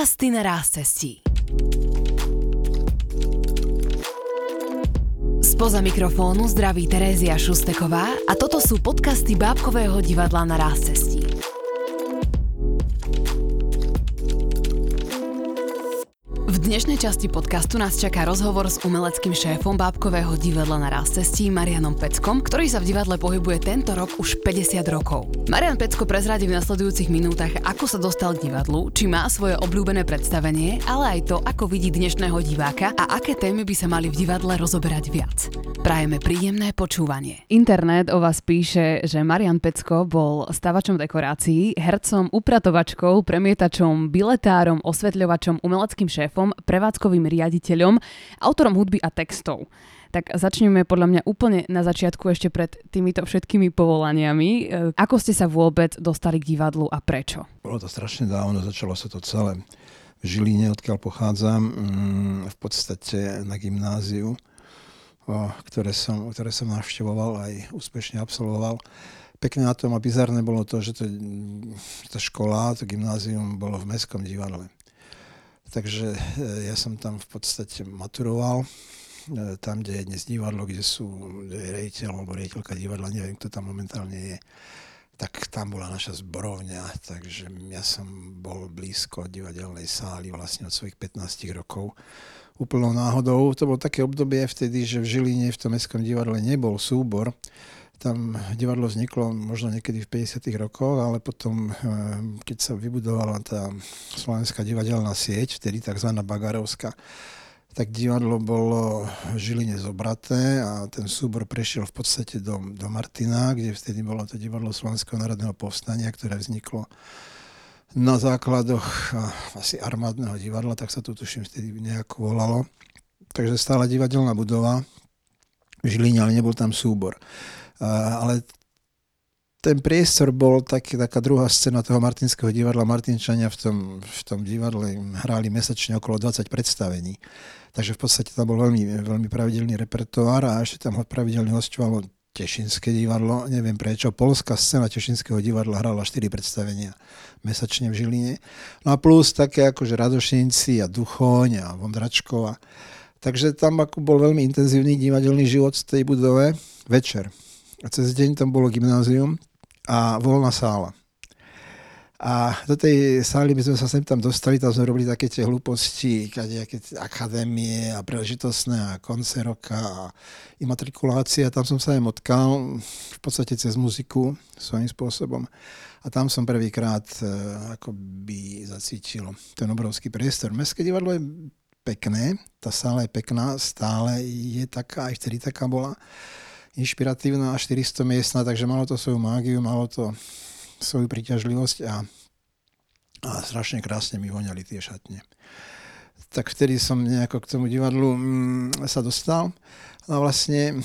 Podcasty na rázcestí. Spoza mikrofónu zdraví Terézia Šusteková a toto sú podcasty Bábkového divadla na rázcestí. V dnešnej časti podcastu nás čaká rozhovor s umeleckým šéfom Bábkového divadla na rázcestí Marianom Peckom, ktorý sa v divadle pohybuje tento rok už 50 rokov. Marian Pecko prezradí v nasledujúcich minútach, ako sa dostal k divadlu, či má svoje obľúbené predstavenie, ale aj to, ako vidí dnešného diváka a aké témy by sa mali v divadle rozoberať viac. Prajeme príjemné počúvanie. Internet o vás píše, že Marian Pecko bol stavačom dekorácií, hercom, upratovačkou, premietačom, biletárom, osvetľovačom, umeleckým šéfom, prevádzkovým riaditeľom, autorom hudby a textov. Tak začneme podľa mňa úplne na začiatku ešte pred týmito všetkými povolaniami. Ako ste sa vôbec dostali k divadlu a prečo? Bolo to strašne dávno, začalo sa to celé v Žiline, odkiaľ pochádzam, v podstate na gymnáziu, ktoré som navštevoval, aj úspešne absolvoval. Pekné na tom a bizarné bolo to, že tá škola, to gymnázium bolo v Mestskom divadle. Takže ja som tam v podstate maturoval, tam, kde je dnes divadlo, kde je riaditeľ alebo riaditeľka divadla, neviem, kto tam momentálne je, tak tam bola naša zborovňa, takže ja som bol blízko divadelnej sály vlastne od svojich 15 rokov. Úplnou náhodou, to bolo také obdobie vtedy, že v Žiline v tom Mestskom divadle nebol súbor. Tam divadlo vzniklo možno niekedy v 50. rokoch, ale potom, keď sa vybudovala tá slovenská divadelná sieť, vtedy tzv. Bagarovská, tak divadlo bolo v Žiline zobraté a ten súbor prešiel v podstate do Martina, kde vtedy bolo to divadlo Slovenského národného povstania, ktoré vzniklo na základoch asi armádneho divadla, tak sa to tuším vtedy nejako volalo. Takže stála divadelná budova v Žiline, ale nebol tam súbor. Ale ten priestor bol taká druhá scéna toho martinského divadla. Martinčania v tom divadle hráli mesačne okolo 20 predstavení. Takže v podstate tam bol veľmi, veľmi pravidelný repertoár a ešte tam pravidelne hosťovalo Tešinské divadlo. Neviem prečo. Poľská scéna Tešinského divadla hrala 4 predstavenia mesačne v Žiline. No a plus také akože Radošinci a Duchoň a Vondračkova. Takže tam ako bol veľmi intenzívny divadelný život v tej budove večer. A cez deň tam bolo gymnázium a voľná sála. A do tej sály by sme sa sem tam dostali, tam sme robili také tie hlúposti, nejaké akadémie a príležitostné a konce roka a imatrikulácia. Tam som sa aj motkal, v podstate cez muziku svojím spôsobom. A tam som prvýkrát akoby zacítil ten obrovský priestor. Mestské divadlo je pekné, tá sála je pekná, stále je taká, aj vtedy taká bola. Inšpiratívna a 400 miestna, takže malo to svoju mágiu, malo to svoju príťažlivosť a strašne krásne mi voňali tie šatne. Tak vtedy som nejako k tomu divadlu sa dostal a vlastne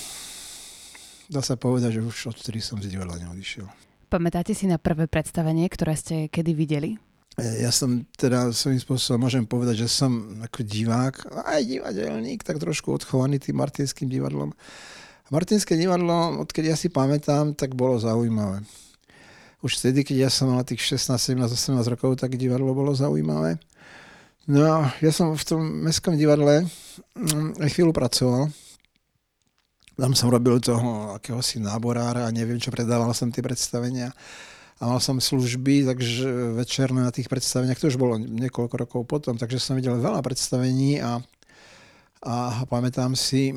dá sa povedať, že už odtedy som z divadla neodišiel. Pamätáte si na prvé predstavenie, ktoré ste kedy videli? Ja som teda svojím spôsobom môžem povedať, že som ako divák, aj divadelník, tak trošku odchovaný tým Martinským divadlom. Martinské divadlo, odkedy ja si pamätám, tak bolo zaujímavé. Už vtedy, keď ja som mal tých 16, 17, 18 rokov, tak divadlo bolo zaujímavé. No a ja som v tom Mestskom divadle aj chvíľu pracoval. Tam som robil toho akéhosi náborára a neviem čo, predával som tie predstavenia. A mal som služby, takže večerné na tých predstaveniach, to už bolo niekoľko rokov potom, takže som videl veľa predstavení a pamätám si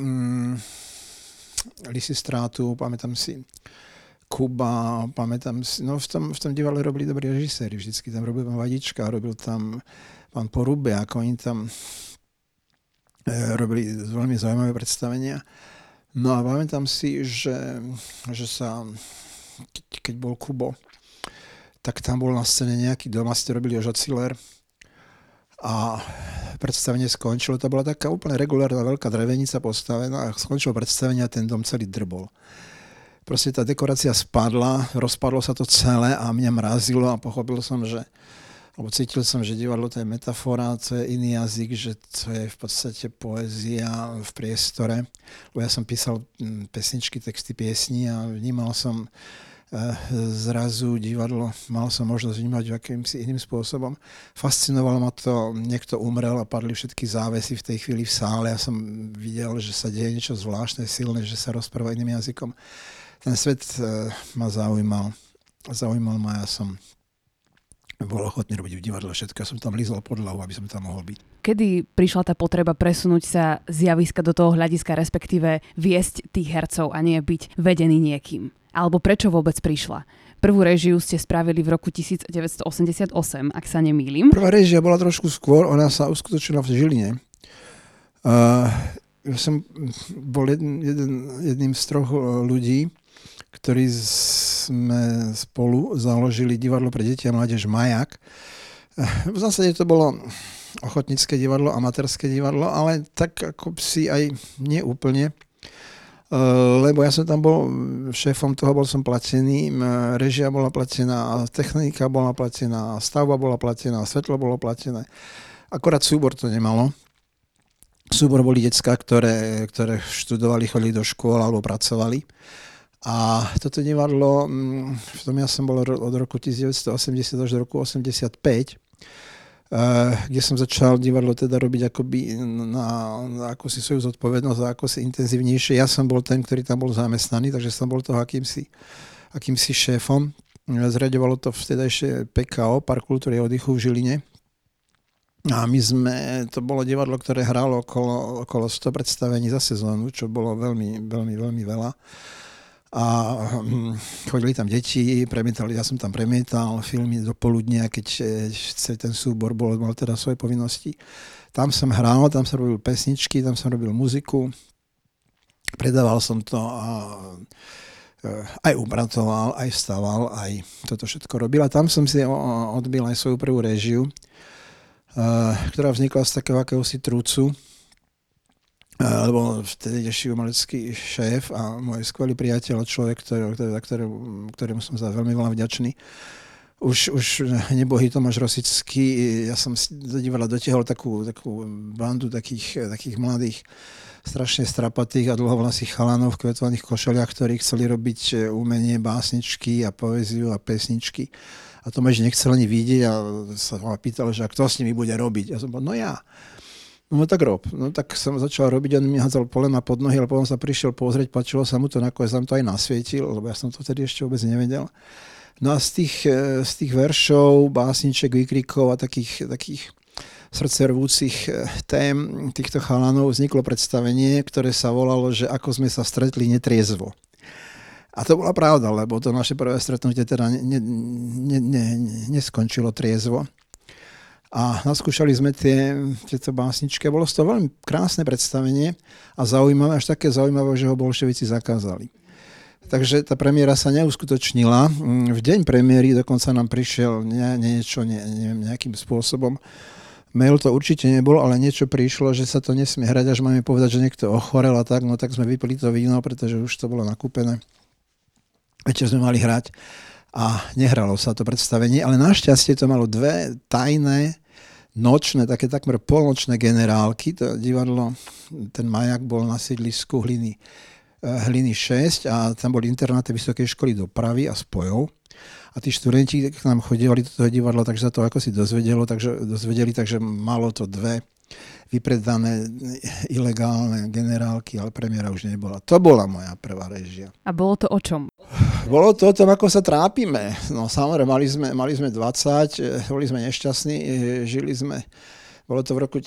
Lisistrátu, pamätám si Kuba, pamätám si, no v tom divadle robili dobrí režiséri, vždycky tam robil pán Vadička, robil tam pán Porube, ako oni tam robili veľmi zaujímavé predstavenia. No a pamätám si, že sa, keď bol Kubo, tak tam bol na scéne nejaký dom, ste robili Joža Ciller a predstavenie skončilo. To bola taká úplne regulárna veľká drevenica postavená a skončilo predstavenie a ten dom celý drbol. Proste tá dekorácia spadla, rozpadlo sa to celé a mňa mrazilo a pochopil som, alebo cítil som, že divadlo to je metafora, to je iný jazyk, že to je v podstate poézia v priestore. Lebo ja som písal pesničky, texty piesní a vnímal som zrazu divadlo mal som možnosť vnímať akýmsi iným spôsobom. Fascinovalo ma to, niekto umrel a padli všetky závesy v tej chvíli v sále. Ja som videl, že sa deje niečo zvláštne, silné, že sa rozpráva iným jazykom. Ten svet ma zaujímal ma, ja som bol ochotný robiť v divadle všetko. Ja som tam lízol podlahu, aby som tam mohol byť. Kedy prišla tá potreba presunúť sa z javiska do toho hľadiska, respektíve viesť tých hercov a nie byť vedený niekým? Alebo prečo vôbec prišla? Prvú réžiu ste spravili v roku 1988, ak sa nemýlim. Prvá réžia bola trošku skôr, ona sa uskutočnila v Žiline. Ja som bol jedným z troch ľudí, ktorí sme spolu založili divadlo pre deti a mládež Majak. V zásade to bolo ochotnícke divadlo, amatérske divadlo, ale tak ako si aj neúplne, lebo ja som tam bol šéfom toho, bol som platený, režia bola platená, technika bola platená, stavba bola platená, svetlo bolo platené. Akorát súbor to nemalo. Súbor boli decká, ktoré študovali, chodili do škôl alebo pracovali. A toto divadlo, v tom ja som bol od roku 1980 až do roku 85, kde som začal divadlo teda robiť akoby na akúsi svoju zodpovednosť a akosi intenzívnejšie. Ja som bol ten, ktorý tam bol zamestnaný, takže som bol toho akýmsi šéfom. Zriadovalo to vtedajšie PKO, Park kultúry a oddychu v Žiline. A to bolo divadlo, ktoré hralo okolo 100 predstavení za sezónu, čo bolo veľmi, veľmi, veľmi veľa. A chodili tam deti, ja som tam premietal filmy do poludnia, keď ten súbor mal teda svoje povinnosti. Tam som hral, tam som robil pesničky, tam som robil muziku, predával som to a aj upratoval, aj vstával, aj toto všetko robil. A tam som si odbil aj svoju prvú réžiu, ktorá vznikla z takého akéhosi trúcu, lebo vtedy umelecký šéf a môj skvelý priateľ a človek, ktorému som za veľmi veľa vďačný. Už nebohý Tomáš Rosický, ja som do divadla dotiahol takú bandu takých mladých, strašne strapatých a dlhovlasých chalanov v kvetovaných košeliach, ktorí chceli robiť umenie, básničky a poéziu a pesničky. A Tomáš nechcel ani vidieť a sa ma pýtal, že kto s nimi bude robiť. Ja som povedal, no ja. No tak rob. No tak som začal robiť, on mi hádzal polena pod nohy, ale potom sa prišiel pozrieť, páčilo sa mu to, nakoniec som to aj nasvietil, lebo ja som to vtedy ešte vôbec nevedel. No a z tých veršov, básniček, výkrikov a takých srdcervúcich tém týchto chalanov vzniklo predstavenie, ktoré sa volalo, že ako sme sa stretli netriezvo. A to bola pravda, lebo to naše prvé stretnutie teda neskončilo triezvo. A naskúšali sme tieto básničky. Bolo to veľmi krásne predstavenie a zaujímavé, až také zaujímavé, že ho bolševici zakázali. Takže tá premiéra sa neuskutočnila. V deň premiéry dokonca nám prišiel nejakým spôsobom. Mail to určite nebol, ale niečo prišlo, že sa to nesmie hrať, až máme povedať, že niekto ochorel a tak, no tak sme vypili to víno, pretože už to bolo nakúpené. Večer sme mali hrať a nehralo sa to predstavenie, ale našťastie to malo dve tajné nočné, také takmer polnočné generálky. To divadlo, ten Majak bol na sídlisku Hliny 6 a tam boli internáty Vysokej školy dopravy a spojov. A tí študenti k nám chodievali do toho divadla, takže sa to ako si dozvedeli, takže malo to dve vypredané ilegálne generálky, ale premiéra už nebola. To bola moja prvá réžia. A bolo to o čom? Bolo to o tom, ako sa trápime. No samozrejme, mali sme 20, boli sme nešťastní, žili sme, bolo to v roku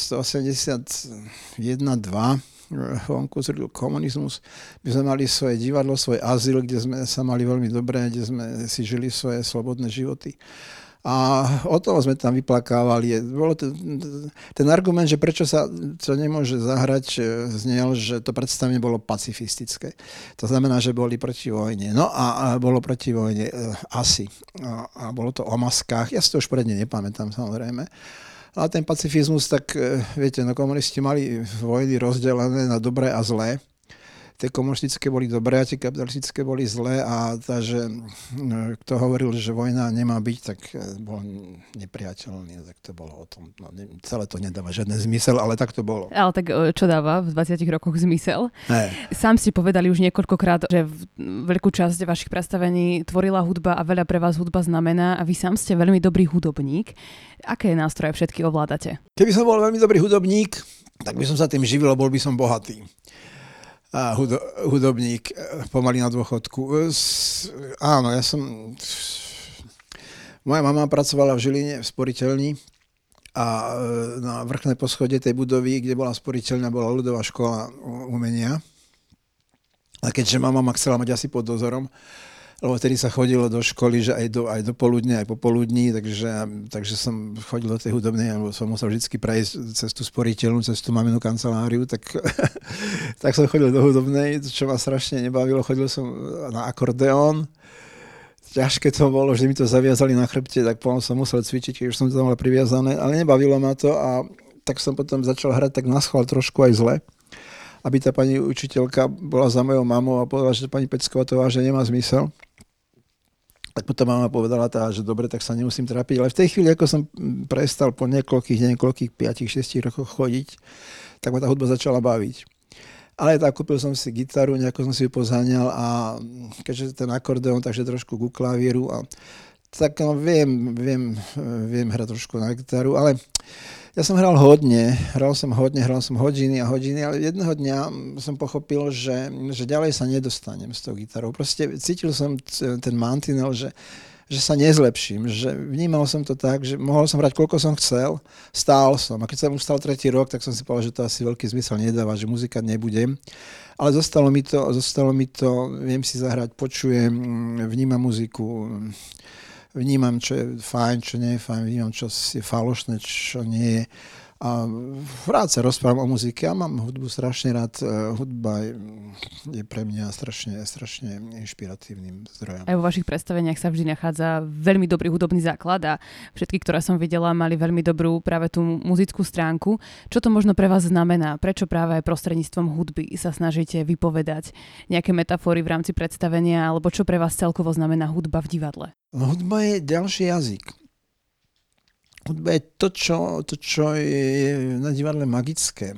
1981-2, vonku zril komunizmus. My sme mali svoje divadlo, svoj azyl, kde sme sa mali veľmi dobre, kde sme si žili svoje slobodné životy. A o toho sme tam vyplakávali. Bolo ten argument, že prečo sa to nemôže zahrať, znel, že to predstavenie bolo pacifistické. To znamená, že boli proti vojne. No a bolo proti vojne asi. A bolo to o maskách. Ja si to už poriadne nepamätám, samozrejme. A ten pacifizmus, tak viete, no komunisti mali vojny rozdelené na dobré a zlé. tie komunistické boli dobré a tie kapitalistické boli zlé a takže kto hovoril, že vojna nemá byť, tak bol nepriateľný, tak to bolo o tom. No, celé to nedáva žiadny zmysel, ale tak to bolo. Ale tak čo dáva v 20 rokoch zmysel? Sám ste povedali už niekoľkokrát, že veľkú časť vašich predstavení tvorila hudba a veľa pre vás hudba znamená a vy sám ste veľmi dobrý hudobník. Aké nástroje všetky ovládate? Keby som bol veľmi dobrý hudobník, tak by som sa tým živil a bol by som bohatý. A hudobník pomaly na dôchodku. Áno, moja mama pracovala v Žiline v sporiteľni a na vrchné poschodie tej budovy, kde bola sporiteľňa, bola ľudová škola umenia. A keďže mama ma chcela mať asi pod dozorom, lebo vtedy sa chodilo do školy, že aj do poludne, aj popoludní, takže som chodil do tej hudobnej, alebo som musel vždy prejsť cez tú sporiteľnú, cez tú maminu kanceláriu, tak som chodil do hudobnej, čo ma strašne nebavilo. Chodil som na akordeón. Ťažké to bolo, že mi to zaviazali na chrbte, tak potom som musel cvičiť, keď už som to mal priviazané, ale nebavilo ma to a tak som potom začal hrať tak na schvál trošku aj zle, aby tá pani učiteľka bola za mojou mamou a povedala, že pani Pecková to vážne nemá zmysel. Tak potom mama povedala že dobre, tak sa nemusím trápiť. Ale v tej chvíli, ako som prestal po niekoľkých 5-6 rokoch chodiť, tak ma tá hudba začala baviť. Ale tak kúpil som si gitaru, nejako som si ju pozáňal a keďže ten akordeón, takže trošku ku klavíru a tak no, viem hrať trošku na gitaru, ale ja som hral som hodiny a hodiny, ale jedného dňa som pochopil, že ďalej sa nedostanem s tou gitarou. Proste cítil som ten mantinel, že sa nezlepším, že vnímal som to tak, že mohol som hrať koľko som chcel, stál som. A keď som už stal 3. rok, tak som si povedal, že to asi veľký zmysel nedáva, že muzikant nebudem. Ale zostalo mi to, viem si zahrať, počujem, vnímam muziku, vnímam, čo je fajn, čo nie je fajn, vnímam, čo je falošné, čo nie je. A rád sa rozprávam o muzike a mám hudbu strašne rád. Hudba je pre mňa strašne inšpiratívnym zdrojom. Aj vo vašich predstaveniach sa vždy nachádza veľmi dobrý hudobný základ a všetky, ktoré som videla, mali veľmi dobrú práve tú muzickú stránku. Čo to možno pre vás znamená? Prečo práve prostredníctvom hudby sa snažíte vypovedať nejaké metafory v rámci predstavenia alebo čo pre vás celkovo znamená hudba v divadle? Hudba je ďalší jazyk. Hudba je to, čo je na divadle magické.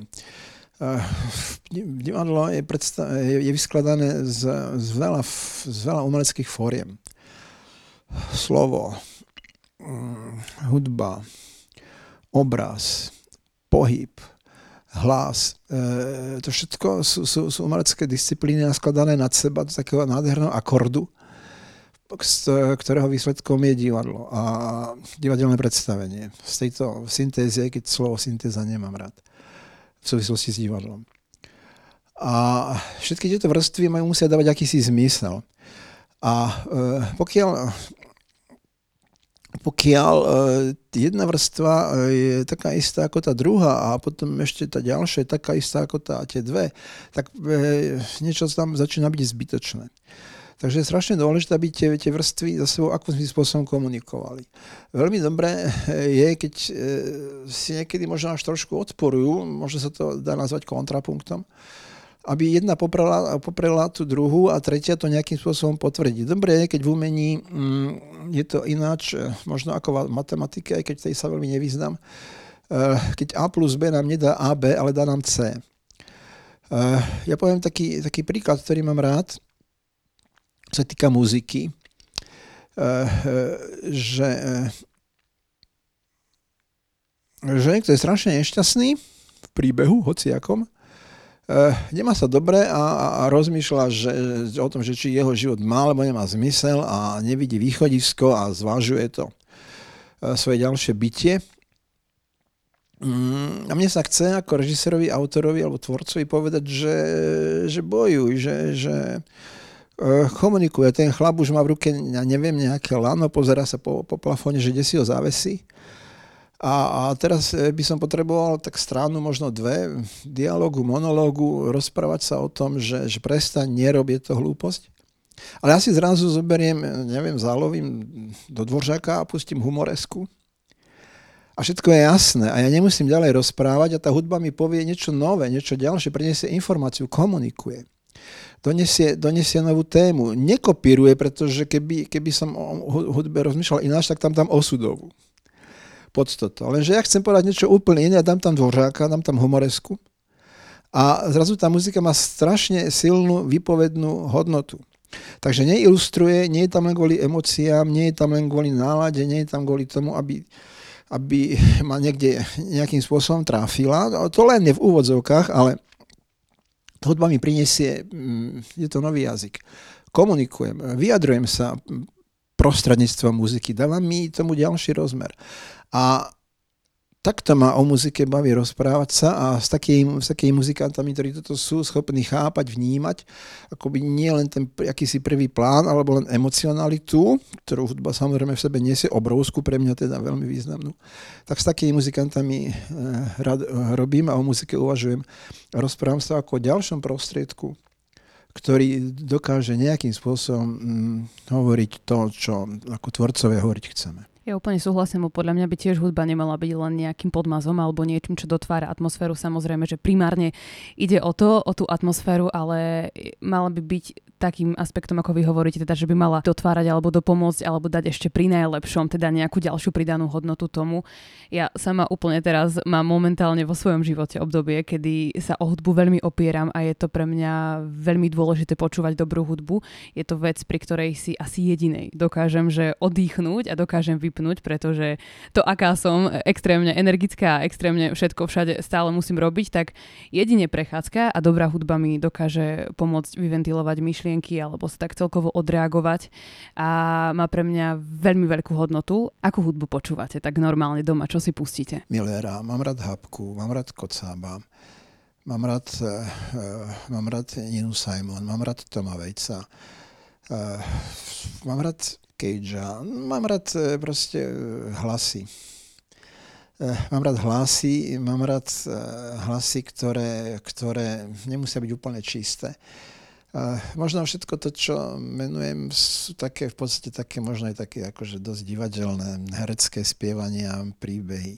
Divadlo je vyskladané z veľa umeleckých fóriem. Slovo, hudba, obraz, pohyb, hlas. To všetko sú umelecké disciplíny naskladané nad seba do takého nádherného akordu, z ktorého výsledkom je divadlo a divadelné predstavenie. Z tejto syntézie, keď slovo syntéza nemám rád, v súvislosti s divadlom. A všetky tieto vrstvy musia dávať akýsi zmysel. A pokiaľ jedna vrstva je taká istá ako tá druhá a potom ešte tá ďalšia je taká istá ako tie dve, tak niečo tam začína byť zbytočné. Takže je strašne dôležité, aby tie vrstvy za sebou akým spôsobom komunikovali. Veľmi dobré je, keď si niekedy možno až trošku odporujú, možno sa to dá nazvať kontrapunktom, aby jedna poprela tú druhú a tretia to nejakým spôsobom potvrdí. Dobré je, keď v umení je to ináč, možno ako v matematike, aj keď v tej sa veľmi nevyznam, keď A plus B nám nedá AB, ale dá nám C. Ja poviem taký príklad, ktorý mám rád, čo sa týka muziky, že niekto je strašne nešťastný v príbehu, hociakom, nemá sa dobre a rozmýšľa o tom, že či jeho život má alebo nemá zmysel a nevidí východisko a zvažuje to svoje ďalšie bytie. A mne sa chce ako režisérovi, autorovi alebo tvorcovi povedať, že bojuj, že komunikuje. Ten chlap už má v ruke, ja neviem, nejaké lano, pozerá sa po plafóne, že kde si ho závesí. A teraz by som potreboval tak stranu, možno dve, dialógu, monológu, rozprávať sa o tom, že prestaň, nerob, je to hlúposť. Ale ja si zrazu zoberiem, neviem, zálovím do Dvořáka a pustím humoresku. A všetko je jasné. A ja nemusím ďalej rozprávať a tá hudba mi povie niečo nové, niečo ďalšie, priniesie informáciu, komunikuje. donesie novú tému. Nekopíruje, pretože keby som o hudbe rozmýšľal ináč, tak tam osudovú podstatu. Lenže ja chcem povedať niečo úplne iné, dám tam Dvořáka, dám tam humoresku a zrazu tá muzika má strašne silnú výpovednú hodnotu. Takže neilustruje, nie je tam len kvôli emóciám, nie je tam len kvôli nálade, nie je tam kvôli tomu, aby ma niekde nejakým spôsobom tráfila. To len je v úvodzovkách, ale hudba mi prinesie, je to nový jazyk. Komunikujem, vyjadrujem sa prostredníctvom muziky, dávam mi tomu ďalší rozmer. A takto ma o muzike baví rozprávať sa a s takými muzikantami, ktorí toto sú schopní chápať, vnímať, akoby nie len ten akýsi prvý plán, alebo len emocionalitu, ktorú hudba samozrejme v sebe nesie, obrovskú, pre mňa teda veľmi významnú. Tak s takými muzikantami rád robím a o muzike uvažujem. Rozprávam sa ako o ďalšom prostriedku, ktorý dokáže nejakým spôsobom hovoriť to, čo ako tvorcovia hovoriť chceme. Ja úplne súhlasím, podľa mňa by tiež hudba nemala byť len nejakým podmazom alebo niečím, čo dotvára atmosféru. Samozrejme, že primárne ide o tú atmosféru, ale mala by byť takým aspektom, ako vy hovoríte, teda, že by mala dotvárať alebo dopomôcť, alebo dať ešte pri najlepšom, teda nejakú ďalšiu pridanú hodnotu tomu. Ja sama úplne teraz mám momentálne vo svojom živote obdobie, kedy sa o hudbu veľmi opieram a je to pre mňa veľmi dôležité počúvať dobrú hudbu. Je to vec, pri ktorej si asi jedinej dokážem, že oddychnúť a dokážem vypnúť, pretože to, aká som extrémne energická a extrémne všetko všade stále musím robiť, tak jedine prechádzka a dobrá hudba mi dokáže pomôcť vyventilovať myšlienky alebo sa tak celkovo odreagovať a má pre mňa veľmi veľkú hodnotu. Akú hudbu počúvate tak normálne doma? Čo si pustíte? Millera, mám rád Habku, mám rád Kocába, mám rád Ninu Simon, mám rád Toma Waitsa, mám rád Cagea, mám rád proste hlasy. Mám rád hlasy, ktoré nemusia byť úplne čisté. Možno všetko to, čo menujem, sú také v podstate také, možno aj také akože dosť divadelné, herecké spievania, príbehy,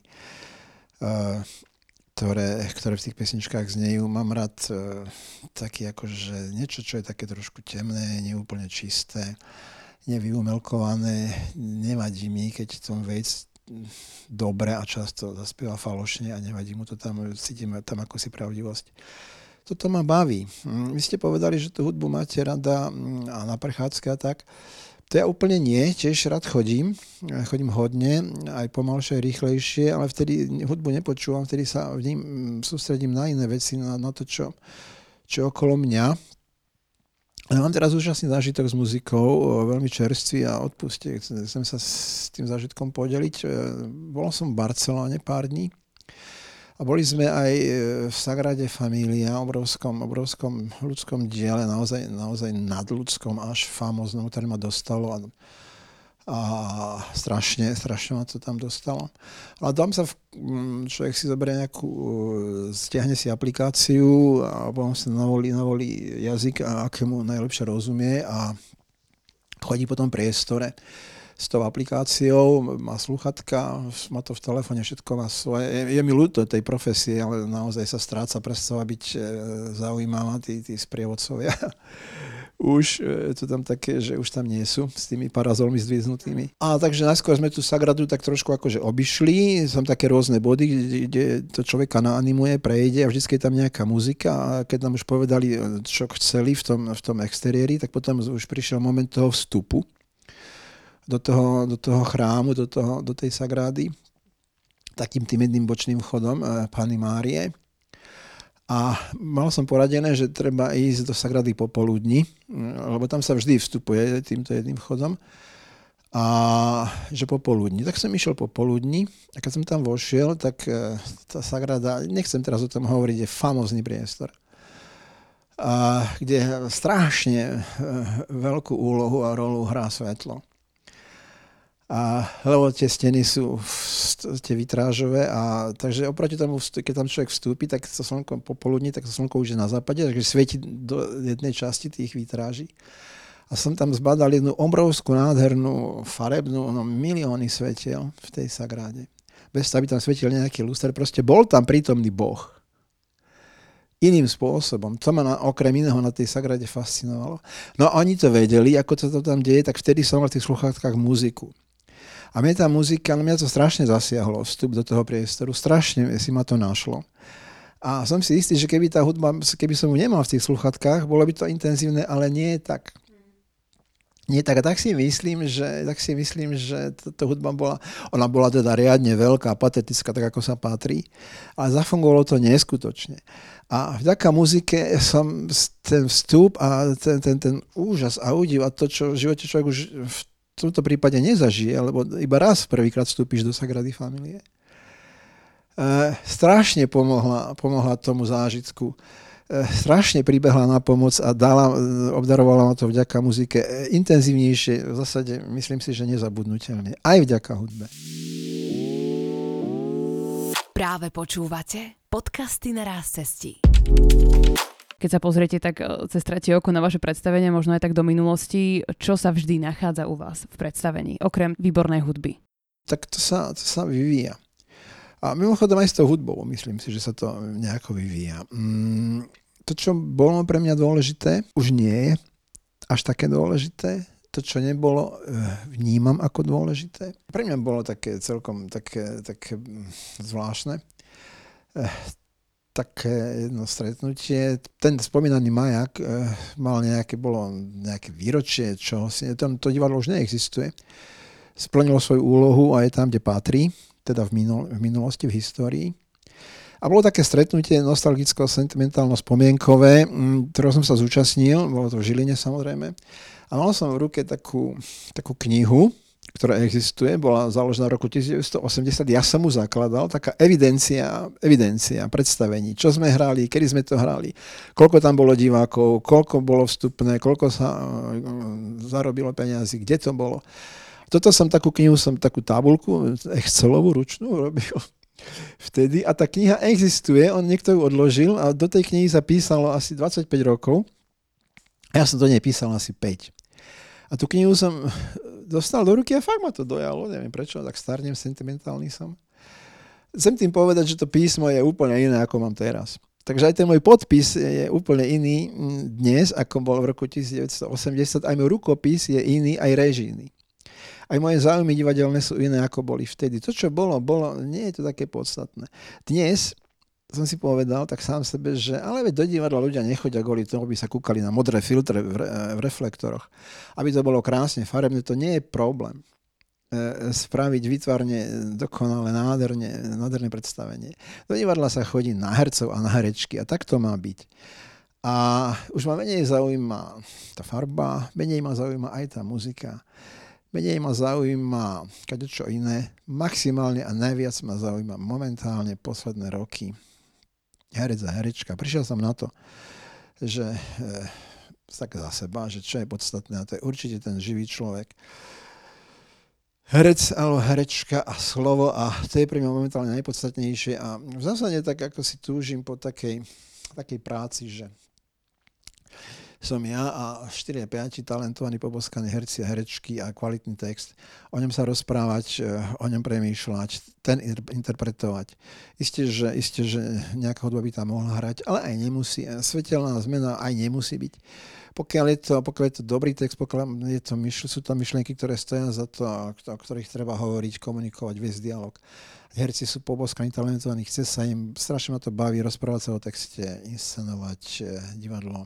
ktoré v tých pesničkách znejú. Mám rád také akože niečo, čo je také trošku temné, neúplne čisté, nevyumelkované. Nevadí mi, keď Tom Waits dobre a často zaspieva falošne a nevadí mu to tam, cítime tam ako si pravdivosť. Toto ma baví. Vy ste povedali, že tú hudbu máte rada a na prechádzke a tak. To ja úplne nie, tiež rád chodím hodne, aj pomalšie, rýchlejšie, ale vtedy hudbu nepočúvam, vtedy sa v ním sústredím na iné veci, na to, čo okolo mňa. Ale mám teraz úžasný zážitok s muzikou, veľmi čerstvý a odpustie, chcem sa s tým zážitkom podeliť. Bol som v Barcelone pár dní. A boli sme aj v Sagrade Familia, obrovskom ľudskom diele, naozaj nadľudskom, až famóznom, ktoré ma dostalo a strašne ma to tam dostalo. Ale tam sa človek si zoberie stiahne si aplikáciu a potom sa navolí jazyk, akému najlepšie rozumie a chodí po tom priestore s tou aplikáciou, má slúchatka, má to v telefóne, všetko má svoje. Je mi ľúto tej profesie, ale naozaj sa stráca, prestáva byť zaujímavá, tí sprievodcovia. Už to tam také, že už tam nie sú s tými parazolmi zdvihnutými. A takže najskôr sme tú Sagradu tak trošku akože obišli, sú tam také rôzne body, kde to človeka naanimuje, prejde a vždycky je tam nejaká muzika a keď nám už povedali, čo chceli v tom exteriéri, tak potom už prišiel moment toho vstupu do toho chrámu, do tej Sagrády, takým tým jedným bočným vchodom Panny Márie. A mal som poradené, že treba ísť do Sagrady popoludní, lebo tam sa vždy vstupuje týmto jedným vchodom. A že popoludní. Tak som išiel popoludní a keď som tam vošiel, tak tá Sagrada, nechcem teraz o tom hovoriť, je famózny priestor. Kde strašne veľkú úlohu a rolu hrá svetlo. Lebo tie steny sú tie vitrážové a takže oproti tomu, keď tam človek vstúpi, tak to slnko popoludní, tak to slnko už je na západe, takže svieti do jednej časti tých vitráží. A som tam zbadal jednu obrovskú, nádhernú, farebnú, milióny svetiel v tej Sagráde. Bez toho, aby tam svietil nejaký luster, proste bol tam prítomný Boh. iným spôsobom. To ma okrem iného na tej Sagrade fascinovalo. No a oni to vedeli, ako sa to tam deje, tak vtedy som mal v tých sluchátkach muziku. A mňa tá muzika, no mňa to strašne zasiahlo, vstup do toho priestoru, strašne si ma to našlo. A som si istý, že keby tá hudba, keby som ju nemal v tých sluchátkach, bolo by to intenzívne, ale nie je tak. Nie tak. A tak si myslím, že táto hudba ona bola teda riadne veľká, patetická, tak ako sa patrí, ale zafungovalo to neskutočne. A vďaka muzike som ten vstup a ten úžas a údiv a to, čo v živote človek už v tomto prípade nezažije, lebo iba raz prvýkrát vstúpiš do Sagrady Familie, strašne pomohla tomu zážitku. Strašne pribehla na pomoc a obdarovala ma to vďaka muzike intenzívnejšie, v zásade myslím si, že nezabudnutelne. Aj vďaka hudbe. Práve počúvate podcasty na ráz cestí. Keď sa pozriete tak cez tretie oko na vaše predstavenie, možno aj tak do minulosti, čo sa vždy nachádza u vás v predstavení, okrem výbornej hudby? Tak to sa vyvíja. A mimochodom aj s tou hudbou, myslím si, že sa to nejako vyvíja. To, čo bolo pre mňa dôležité, už nie je až také dôležité. To, čo nebolo, vnímam ako dôležité. Pre mňa bolo také celkom také zvláštne. Také jedno stretnutie. Ten spomínaný Majak mal bolo nejaké výročie, to divadlo už neexistuje. Splnilo svoju úlohu a je tam, kde patrí, teda v minulosti, v histórii. A bolo také stretnutie nostalgicko-sentimentálno-spomienkové, ktorého som sa zúčastnil, bolo to v Žiline samozrejme. A mal som v ruke takú knihu, ktorá existuje, bola založená v roku 1980, ja som mu zakladal, taká evidencia predstavení, čo sme hrali, kedy sme to hrali, koľko tam bolo divákov, koľko bolo vstupné, koľko sa zarobilo peniazy, kde to bolo. Takú tabuľku Excelovú ručnú robil vtedy a tá kniha existuje, niekto ju odložil a do tej knihy sa písalo asi 25 rokov a ja som do nej písal asi 5. A tú knihu som dostal do ruky a fakt ma to dojalo, neviem prečo, tak starnem, sentimentálny som. Chcem tým povedať, že to písmo je úplne iné, ako mám teraz. Takže aj ten môj podpis je úplne iný dnes, ako bol v roku 1980, aj môj rukopis je iný, aj režijný. Aj moje záujmy divadelné sú iné, ako boli vtedy. To, čo bolo, nie je to také podstatné. Dnes som si povedal tak sám sebe, že ale veď do divadla ľudia nechodia kvôli tomu, aby sa kúkali na modré filtre v reflektoroch. Aby to bolo krásne, farebné, to nie je problém. Spraviť výtvarne dokonale, nádherné predstavenie. Do divadla sa chodí na hercov a na herečky a tak to má byť. A už ma menej zaujíma tá farba, menej ma zaujíma aj tá muzika. Menej ma zaujíma kadečo iné. Maximálne a najviac ma zaujíma momentálne posledné roky herec a herečka. Prišiel som na to, že tak za seba, že čo je podstatné, a to je určite ten živý človek. Herec alebo herečka a slovo a to je pre mňa momentálne najpodstatnejšie a v zásade tak ako si túžim po takej práci, že som ja a 4-5 talentovaní poboskaní herci a herečky a kvalitný text. O ňom sa rozprávať, o ňom premýšľať, ten interpretovať. Isté, že nejaká hudba by tam mohla hrať, ale aj nemusí. Svetelná zmena aj nemusí byť. Pokiaľ je to dobrý text, sú to myšlienky, ktoré stoja za to, o ktorých treba hovoriť, komunikovať, viesť dialog. Herci sú poboskaní, talentovaní, chce sa im, strašne ma to baví rozprávať sa o texte, inscenovať divadlo,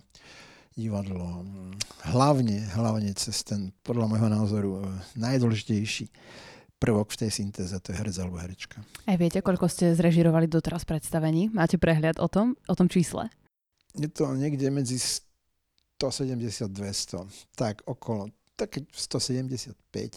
hlavne cez ten, podľa môjho názoru, najdôležitejší prvok v tej syntéze, to je herec alebo herečka. Aj viete, koľko ste zrežirovali doteraz predstavení? Máte prehľad o tom čísle? Je to niekde medzi 170-200, tak okolo, tak 175.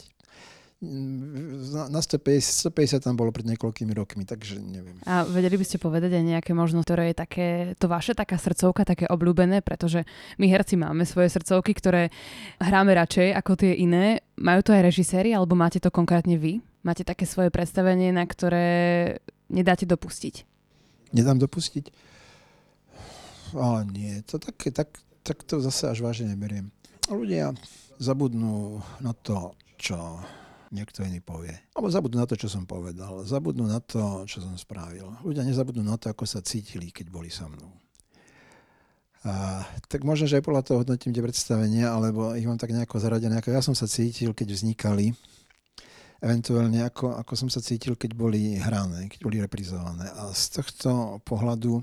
Na 150 tam bolo pred niekoľkými rokmi, takže neviem. A vedeli by ste povedať aj nejaké možno, ktoré je také, to vaše taká srdcovka, také obľúbené, pretože my herci máme svoje srdcovky, ktoré hráme radšej ako tie iné. Majú to aj režiséri, alebo máte to konkrétne vy? Máte také svoje predstavenie, na ktoré nedáte dopustiť? Nedám dopustiť? Ale nie, to také, tak to zase až vážne neberiem. Ľudia zabudnú na to, čo niekto iný povie. Alebo zabudnú na to, čo som povedal. Zabudnú na to, čo som spravil. Ľudia nezabudnú na to, ako sa cítili, keď boli so mnou. Tak možno, že aj podľa toho hodnotím tie predstavenia, alebo ich mám tak nejako zaradené, ako ja som sa cítil, keď vznikali, eventuálne ako som sa cítil, keď boli hrané, keď boli reprizované. A z tohto pohľadu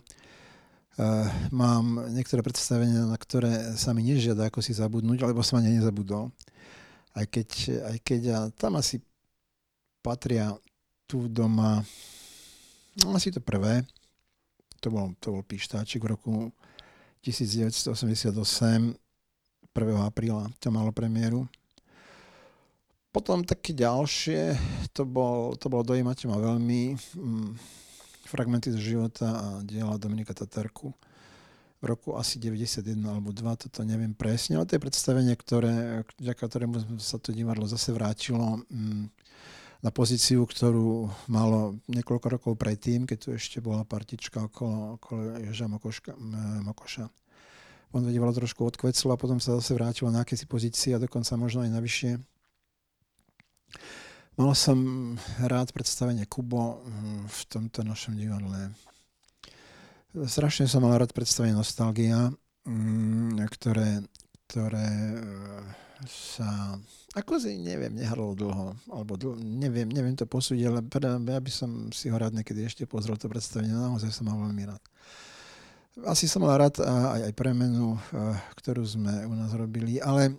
mám niektoré predstavenia, na ktoré sa mi nežiada ako si zabudnúť, alebo som ani nezabudol. Aj keď ja tam asi patria tu doma, asi to prvé, to bol Pištáčik v roku 1988, 1. apríla to malo premiéru. Potom také ďalšie, to bol Dojímate ma veľmi, Fragmenty zo života a diela Dominika Tatarku v roku asi 91 alebo 2, toto neviem presne, ale to je predstavenie, vďaka ktorému sa to divadlo zase vrátilo na pozíciu, ktorú malo niekoľko rokov predtým, keď tu ešte bola partička okolo Ježa Mokoša. On divadlo trošku odkveclo a potom sa zase vrátilo na akési pozície a dokonca možno aj navyššie. Mal som rád predstavenie Kubo v tomto našom divadle. Strašne som mal rád predstavenie Nostalgia, ktoré sa, ako si neviem, nehralo dlho, alebo neviem to posúdiť, ale ja by som si ho rád niekedy ešte pozrel to predstavenie, naozaj som mal veľmi rád. Asi som mal rád aj premenu, ktorú sme u nás robili, ale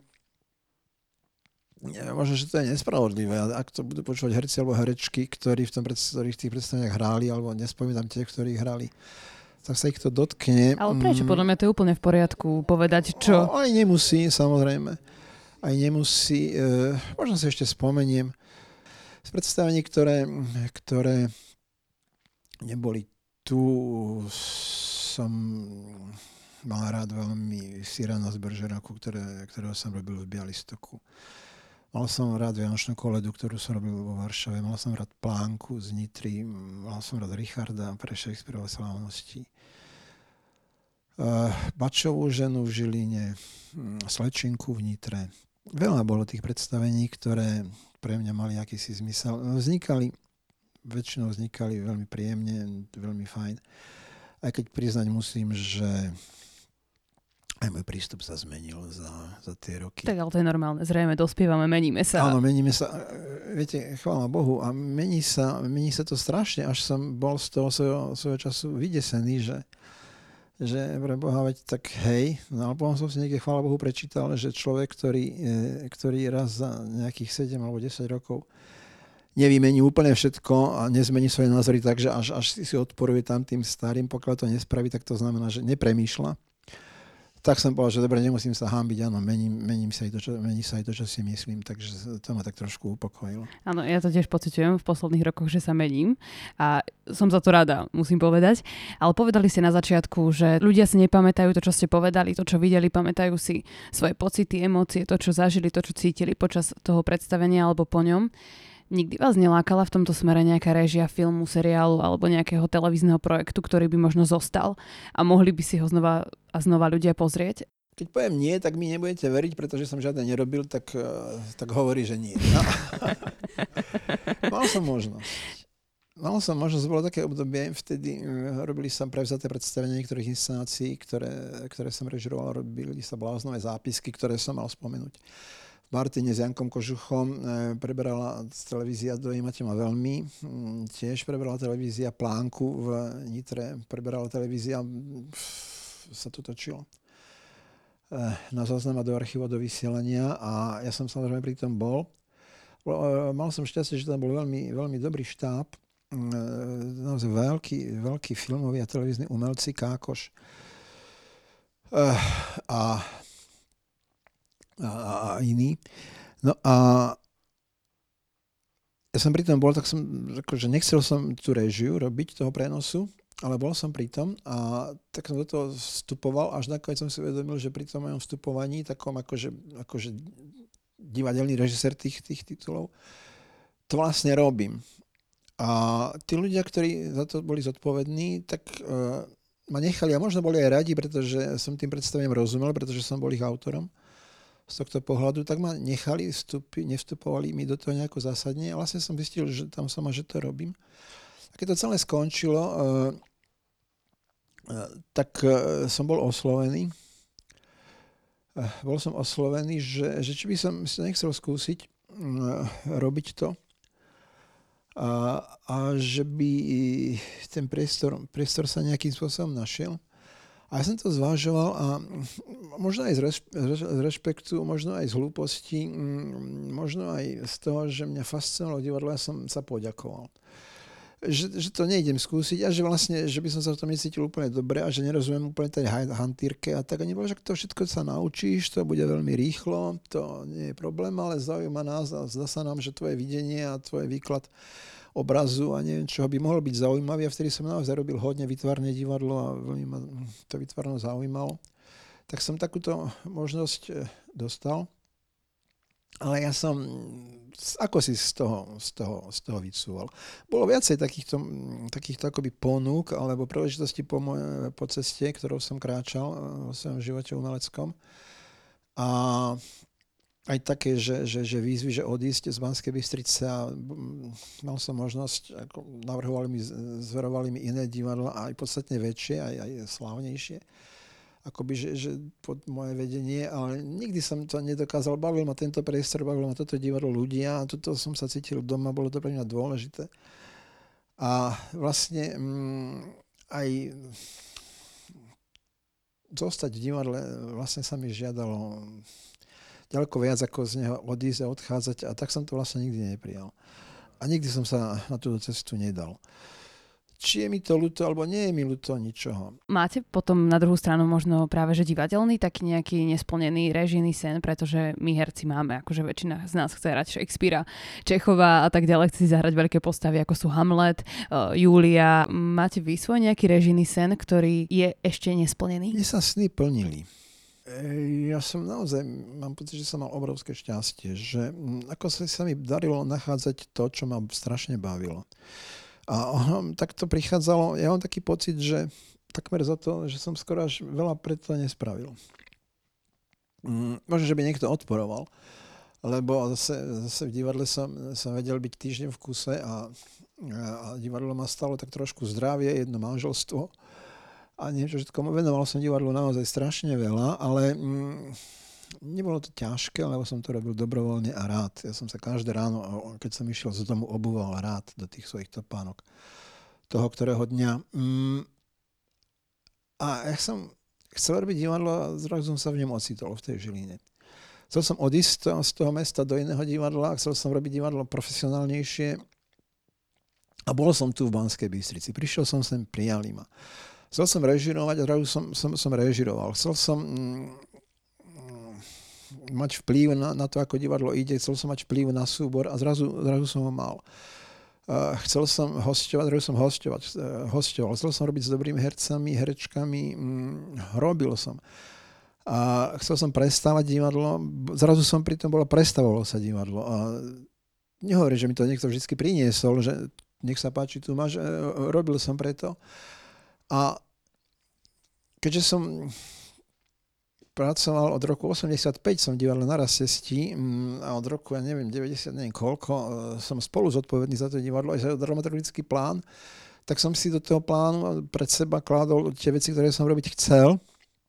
možno, že to je nespravodlivé. Ak to budú počúvať herci alebo herečky, ktorí v tých predstaveniach hráli, alebo nespomínam tie, ktorí hrali, tak sa ich to dotkne. Ale prečo? Podľa mňa to je úplne v poriadku povedať, čo? Aj nemusí, samozrejme. Aj nemusí. Možno si ešte spomeniem z predstavení, ktoré neboli tu, som mal rád veľmi Cyrana z Bergeracu, ktorého som robil v Bialystoku. Mal som rád Vianočnú koledu, ktorú som robil vo Varšave. Mal som rád Plánku z Nitry. Mal som rád Richarda pre Shakespearove slávnosti. Bačovú ženu v Žiline. Slečinku v Nitre. Veľa bolo tých predstavení, ktoré pre mňa mali akýsi zmysel. Väčšinou vznikali veľmi príjemne, veľmi fajn. Aj keď priznať musím, že aj môj prístup sa zmenil za tie roky. Tak ale to je normálne. Zrejme dospievame, meníme sa. Áno, meníme sa. Viete, chvála Bohu. A mení sa to strašne, až som bol z toho svojho času vydesený, že pre Boha, veď tak hej. No ale potom som si niekde, chvála Bohu, prečítal, že človek, ktorý raz za nejakých 7 alebo 10 rokov nevymení úplne všetko a nezmení svoje názory tak, že až si odporuje tam tým starým, pokiaľ to nespraví, tak to znamená, že nepremýšľa. Tak som povedal, že dobre, nemusím sa hanbiť, áno, mení sa aj to, čo si myslím, takže to ma tak trošku upokojilo. Áno, ja to tiež pociťujem v posledných rokoch, že sa mením a som za to rada, musím povedať. Ale povedali ste na začiatku, že ľudia si nepamätajú to, čo ste povedali, to, čo videli, pamätajú si svoje pocity, emócie, to, čo zažili, to, čo cítili počas toho predstavenia alebo po ňom. Nikdy vás nelákala v tomto smere nejaká réžia filmu, seriálu alebo nejakého televízneho projektu, ktorý by možno zostal a mohli by si ho znova a znova ľudia pozrieť? Keď poviem nie, tak mi nebudete veriť, pretože som žiadne nerobil, tak hovorí, že nie. No. Mal som možnosť, bolo také obdobie, vtedy robili sa prevzaté predstavenia niektorých inscenácií, ktoré som režiroval, robili sa bláznové zápisky, ktoré som mal spomenúť. V Martine s Jankom Kožuchom preberala televízia Dojímate ma veľmi. Tiež preberala televízia Plánku v Nitre. Preberala televízia, sa tu točilo na záznam a do archíva, do vysielania a ja som samozrejme pri tom bol. Mal som šťastie, že tam bol veľmi, veľmi dobrý štáb. Naozaj veľký filmový a televízny umelci, Kákoš a iní. No a ja som pri tom bol, tak som řekl, že nechcel som tú réžiu robiť toho prenosu, ale bol som pri tom a tak som do toho vstupoval, až nakoniec som si uvedomil, že pri tom mojom vstupovaní, takom akože divadelný režisér tých titulov, to vlastne robím. A tí ľudia, ktorí za to boli zodpovední, tak ma nechali a možno boli aj radi, pretože som tým predstavením rozumel, pretože som bol ich autorom z tohto pohľadu, tak ma nechali nevstupovali mi do toho nejako zásadne a vlastne som zistil, že tam som a že to robím. A keď to celé skončilo, tak som bol oslovený. Bol som oslovený, že či by som si nechcel skúsiť robiť to a že by ten priestor sa nejakým spôsobom našiel. A ja som to zvážoval a možno aj z rešpektu, možno aj z hlúposti, možno aj z toho, že mňa fascinovalo divadlo, ja som sa poďakoval. Že to nejdem skúsiť a že vlastne, že by som sa v tom necítil úplne dobre a že nerozumiem úplne tej hantírke a tak. A nebolo, že to všetko sa naučíš, to bude veľmi rýchlo, to nie je problém, ale zaujíma nás a zdá sa nám, že tvoje videnie a tvoj výklad obrazu a neviem čoho by mohol byť zaujímavý a vtedy som naozaj robil hodne výtvarné divadlo a veľmi ma to výtvarno zaujímalo. Tak som takúto možnosť dostal. Ale ja som ako si z toho vycúval. Bolo viacej takýchto akoby ponúk alebo príležitosti po ceste, ktorou som kráčal vo svojom živote umeleckom. A aj také, že výzvy, že odísť z Banskej Bystrice a mal som možnosť, ako zverovali mi iné divadla, aj podstatne väčšie, aj slávnejšie. Akoby, že pod moje vedenie, ale nikdy som to nedokázal. Bavil ma tento priestor, bavil ma toto divadlo ľudia a toto som sa cítil doma, bolo to pre mňa dôležité. A vlastne aj zostať v divadle vlastne sa mi žiadalo ďaleko viac, ako z neho odísť a odchádzať a tak som to vlastne nikdy neprijal. A nikdy som sa na túto cestu nedal. Či je mi to ľúto, alebo nie je mi ľúto ničoho. Máte potom na druhú stranu možno práve že divadelný, taký nejaký nesplnený režijný sen, pretože my herci máme, akože väčšina z nás chce hrať Shakespearea, Čechova a tak ďalej, chce si zahrať veľké postavy, ako sú Hamlet, Julia. Máte vy svoj nejaký režijný sen, ktorý je ešte nesplnený? Mne sa sny plnili. Ja som naozaj, mám pocit, že som mal obrovské šťastie, že ako sa mi darilo nachádzať to, čo ma strašne bavilo. A tak to prichádzalo, ja mám taký pocit, že takmer za to, že som skoro až veľa preto nespravil. Možno, že by niekto odporoval, lebo zase v divadle som vedel byť týždeň v kuse a divadlo ma stalo tak trošku zdravie, jedno manželstvo a niečo všetko. Venoval som divadlu naozaj strašne veľa, ale nebolo to ťažké, lebo som to robil dobrovoľne a rád. Ja som sa každé ráno, keď som išiel z domu, obúval rád do tých svojich topánok toho, ktorého dňa. A ja som chcel robiť divadlo a zrazu som sa v ňom ocitol, v tej Žiline. Chcel som odísť z toho mesta do iného divadla a chcel som robiť divadlo profesionálnejšie a bol som tu v Banskej Bystrici. Prišiel som sem, prijali ma. Chcel som režirovať a zrazu som režiroval. Chcel som mať vplyv na to, ako divadlo ide, chcel som mať vplyv na súbor a zrazu som ho mal. Chcel som hosťovať, zrazu som hosťoval. Chcel som robiť s dobrými hercami, herečkami, robil som. A chcel som prestávať divadlo, zrazu som pri tom prestavovalo sa divadlo. A nehovorím, že mi to niekto vždy priniesol, že nech sa páči, tu máš, robil som preto. A keďže som pracoval od roku 85, som v divadle Na Rastesti a od roku, 90, neviem koľko, som spolu zodpovedný za to divadlo aj za dramaturgický plán, tak som si do toho plánu pred seba kládol tie veci, ktoré som robiť chcel.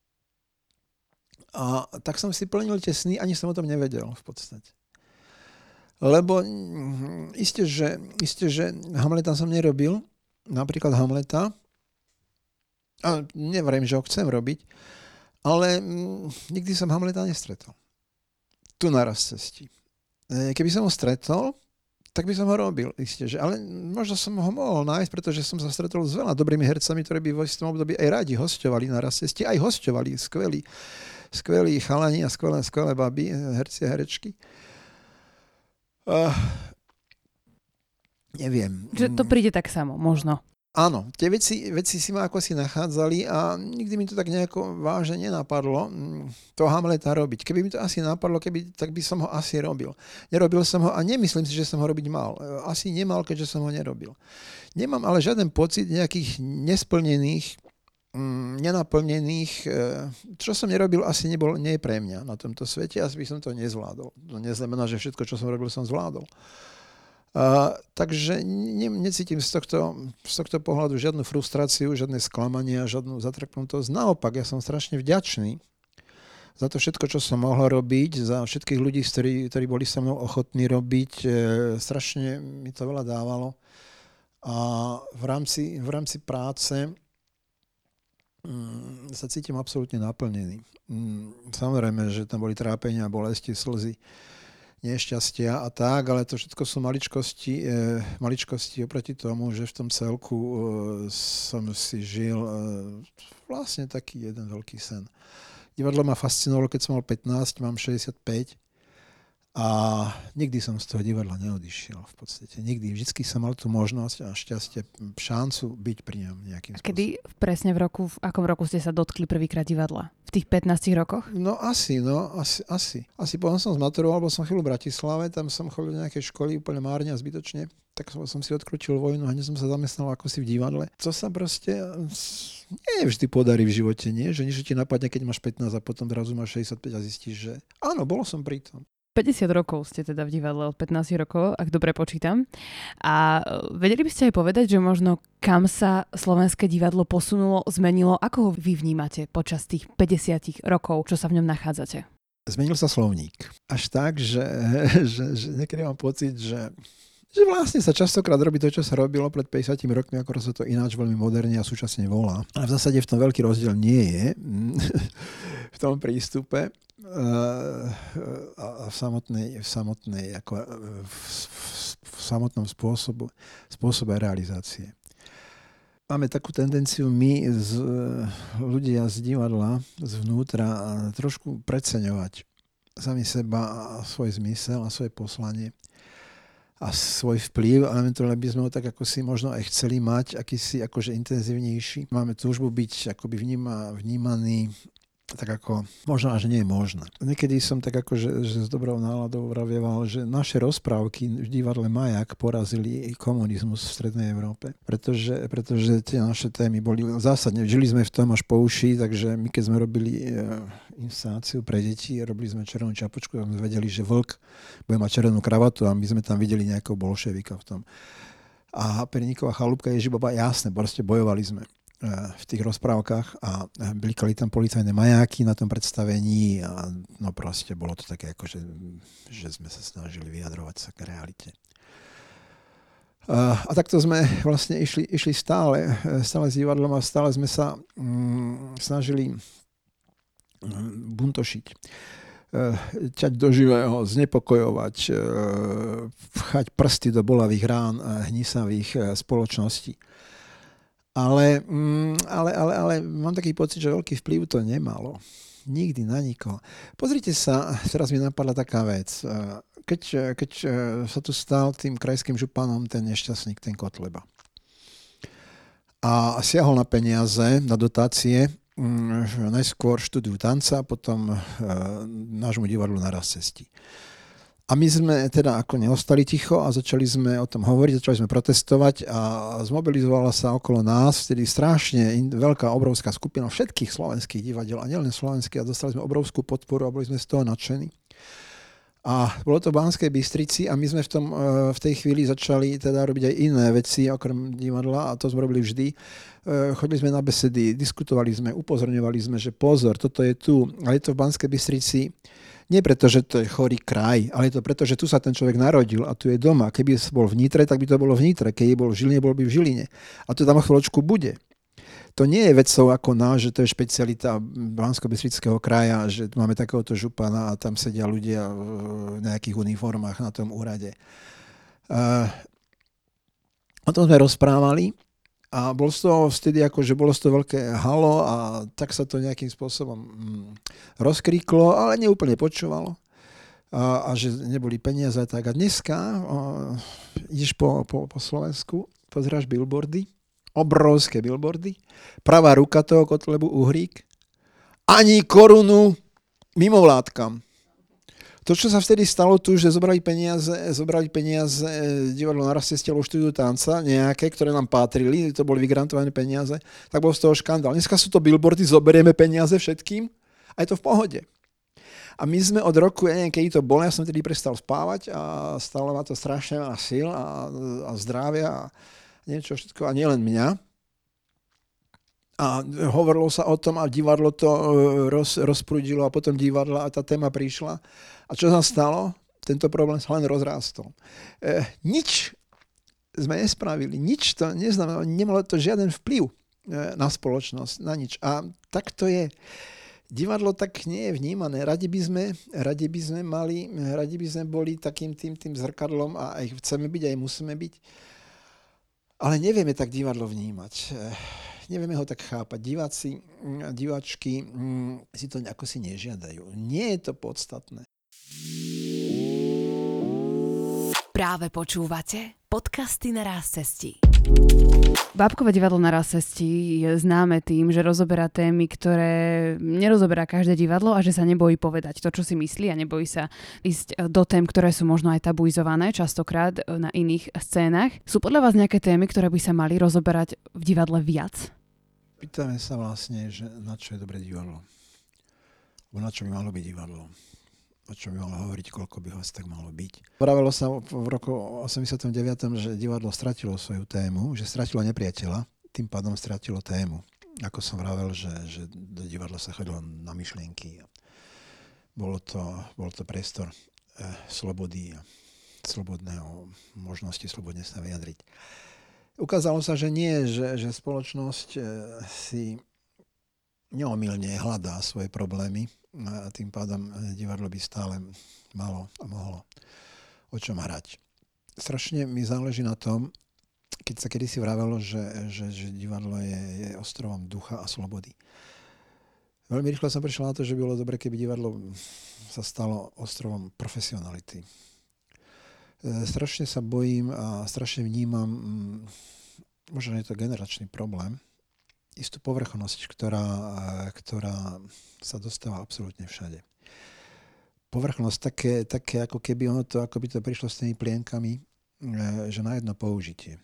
A tak som si plnil tie sny, ani som o tom nevedel v podstate. Lebo isté, že Hamleta som nerobil, napríklad Hamleta, a nevriem, že ho chcem robiť, ale nikdy som Hamleta nestretol. Tu Na Rastesti. Keby som ho stretol, tak by som ho robil, isté, že. Ale možno som ho mohol nájsť, pretože som sa stretol s veľa dobrými hercami, ktorí by v istom období aj radi hosťovali Na Rastesti, aj hosťovali skvelí chalani a skvelé baby, herci a herečky. Neviem. Že to príde tak samo, možno. Áno, tie veci si ma ako si nachádzali a nikdy mi to tak nejako vážne nenapadlo to Hamleta robiť. Keby mi to asi napadlo, tak by som ho asi robil. Nerobil som ho a nemyslím si, že som ho robiť mal. Asi nemal, keďže som ho nerobil. Nemám ale žiaden pocit nejakých nesplnených, nenaplnených, čo som nerobil, asi nie je pre mňa na tomto svete, asi by som to nezvládol. To neznamená, že všetko, čo som robil, som zvládol. Takže necítim z tohto pohľadu žiadnu frustráciu, žiadne sklamanie, žiadnu zatrpnutosť. Naopak, ja som strašne vďačný za to všetko, čo som mohol robiť, za všetkých ľudí, ktorí boli so mnou ochotní robiť. Strašne mi to veľa dávalo. A v rámci práce sa cítim absolútne naplnený. Samozrejme, že tam boli trápenia, bolesti, slzy, nešťastia a tak, ale to všetko sú maličkosti oproti tomu, že v tom celku som si žil vlastne taký jeden veľký sen. Divadlo ma fascinovalo, keď som mal 15, mám 65 a nikdy som z toho divadla neodišiel v podstate. Nikdy. Vždycky som mal tú možnosť a šťastie, šancu byť pri ňom nejakým spôsobom. A kedy presne v akom roku ste sa dotkli prvýkrát divadla? V tých 15 rokoch? No asi. Asi potom som zmaturoval, bol som chvíľu v Bratislave, tam som chodil do nejakej školy úplne márne a zbytočne. Tak som si odkrutil vojnu a hneď som sa zamestnal ako si v divadle. To sa proste nie vždy podarí v živote, nie? Že niečo ti napadne, keď máš 15 a potom zrazu máš 65 a zistíš, že áno, bolo som pri tom. 50 rokov ste teda v divadle, od 15 rokov, ak dobre počítam. A vedeli by ste aj povedať, že možno kam sa slovenské divadlo posunulo, zmenilo? Ako ho vy vnímate počas tých 50 rokov, čo sa v ňom nachádzate? Zmenil sa slovník. Až tak, že niekedy mám pocit, že vlastne sa častokrát robí to, čo sa robilo pred 50 rokmi, ako sa to ináč veľmi moderne a súčasne volá. Ale v zásade v tom veľký rozdiel nie je v tom prístupe a v samotnom spôsobe realizácie. Máme takú tendenciu my ľudia z divadla, zvnútra, trošku preceňovať sami seba a svoj zmysel a svoje poslanie a svoj vplyv, a eventuálne by sme ho tak ako si možno aj chceli mať, akýsi akože intenzívnejší. Máme túžbu byť akoby vnímaný tak ako možno až nie je možné. Niekedy som tak akože že s dobrou náladou vravieval, že naše rozprávky v divadle Majak porazili komunizmus v Strednej Európe. Pretože tie naše témy boli zásadne. Žili sme v tom až po uši, takže my keď sme robili inscenáciu pre deti, robili sme Červenú čapočku, a sme vedeli, že vlk bude mať červenú kravatu a my sme tam videli nejakého bolševika v tom. A Perníková chalúbka, Ježibaba, jasne, proste bojovali sme v tých rozprávkach a blikali tam policajné majáky na tom predstavení a no proste bolo to také ako, že sme sa snažili vyjadrovať sa k realite. A takto sme vlastne išli stále s divadlom a stále sme sa snažili buntošiť, ťať do živého, znepokojovať, pchať prsty do bolavých rán hnisavých spoločností. Ale mám taký pocit, že veľký vplyv to nemalo. Nikdy na nikoho. Pozrite sa, teraz mi napadla taká vec. Keď sa tu stal tým krajským županom ten nešťastník, ten Kotleba. A siahol na peniaze, na dotácie, najskôr štúdiu tanca, potom nášmu divadlu Naraz cestí. A my sme teda ako neostali ticho a začali sme o tom hovoriť, začali sme protestovať a zmobilizovala sa okolo nás vtedy strašne veľká, obrovská skupina všetkých slovenských divadiel a nielen slovenských, a dostali sme obrovskú podporu a boli sme z toho nadšení. A bolo to v Banskej Bystrici a my sme v tej chvíli začali teda robiť aj iné veci okrem divadla a to sme robili vždy. Chodili sme na besedy, diskutovali sme, upozorňovali sme, že pozor, toto je tu, ale je to v Banskej Bystrici. Nie preto, že to je chorý kraj, ale je to preto, že tu sa ten človek narodil a tu je doma. Keby bol v Nitre, tak by to bolo v Nitre. Keby bol v Žiline, bol by v Žiline. A to tam o chvíľočku bude. To nie je vecou ako náš, že to je špecialita Banskobystrického kraja, že máme takéhoto župana a tam sedia ľudia v nejakých uniformách na tom úrade. O tom sme rozprávali. A bolo z toho vtedy bolo z toho veľké halo a tak sa to nejakým spôsobom rozkríklo, ale neúplne počúvalo. A že neboli peniaze a tak. A dneska ideš po Slovensku, pozráš billboardy, obrovské billboardy, pravá ruka toho Kotlebu Uhrík, ani korunu mimovládkam. To, čo sa vtedy stalo tu, že zobrali peniaze divadlo Naraz cestí alebo štúdiu tanca, nejaké, ktoré nám patrili, to boli vygrantované peniaze, tak bol z toho škandál. Dneska sú to billboardy, zoberieme peniaze všetkým a je to v pohode. A my sme od roku, ja neviem, keď to bolo, ja som tedy prestal spávať a stalo ma to strašne veľa síl a zdravia a niečo všetko, a nielen mňa. A hovorilo sa o tom a divadlo to rozprúdilo a potom divadlo a tá téma prišla. A čo sa stalo? Tento problém sa len rozrástol. Nič sme nespravili, nič to neznamená, nemalo to žiaden vplyv na spoločnosť, na nič. A tak to je. Divadlo tak nie je vnímané. Radi by sme boli takým tým zrkadlom a aj chceme byť, aj musíme byť. Ale nevieme tak divadlo vnímať. Nevieme ho tak chápať. Diváci, diváčky si to ako si nežiadajú. Nie je to podstatné. Práve počúvate podcasty na ráz cestí. Bábkové divadlo na ráz cestí je známe tým, že rozoberá témy, ktoré nerozoberá každé divadlo a že sa nebojí povedať to, čo si myslí a nebojí sa ísť do tém, ktoré sú možno aj tabuizované častokrát na iných scénach. Sú podľa vás nejaké témy, ktoré by sa mali rozoberať v divadle viac? Pýtame sa vlastne, že na čo je dobré divadlo. Bo na čo by malo byť divadlo. O čo by malo hovoriť, koľko by ho tak malo byť. Pravilo sa v roku 89., že divadlo stratilo svoju tému, že stratilo nepriateľa, tým pádom stratilo tému. Ako som vravel, že do divadla sa chodilo na myšlienky. Bolo to priestor slobody a slobodného možnosti slobodne sa vyjadriť. Ukázalo sa, že nie, že spoločnosť si neomylne hľadá svoje problémy, a tým pádom divadlo by stále malo a mohlo o čom hrať. Strašne mi záleží na tom, keď sa kedysi vravelo, že divadlo je ostrovom ducha a slobody. Veľmi rýchlo som prišiel na to, že by bolo dobre, keby divadlo sa stalo ostrovom profesionality. Strašne sa bojím a strašne vnímam, možno je to generačný problém, istú povrchnosť, ktorá sa dostáva absolútne všade. Povrchnosť také ako keby ako by to prišlo s tými plienkami, že na jedno použitie.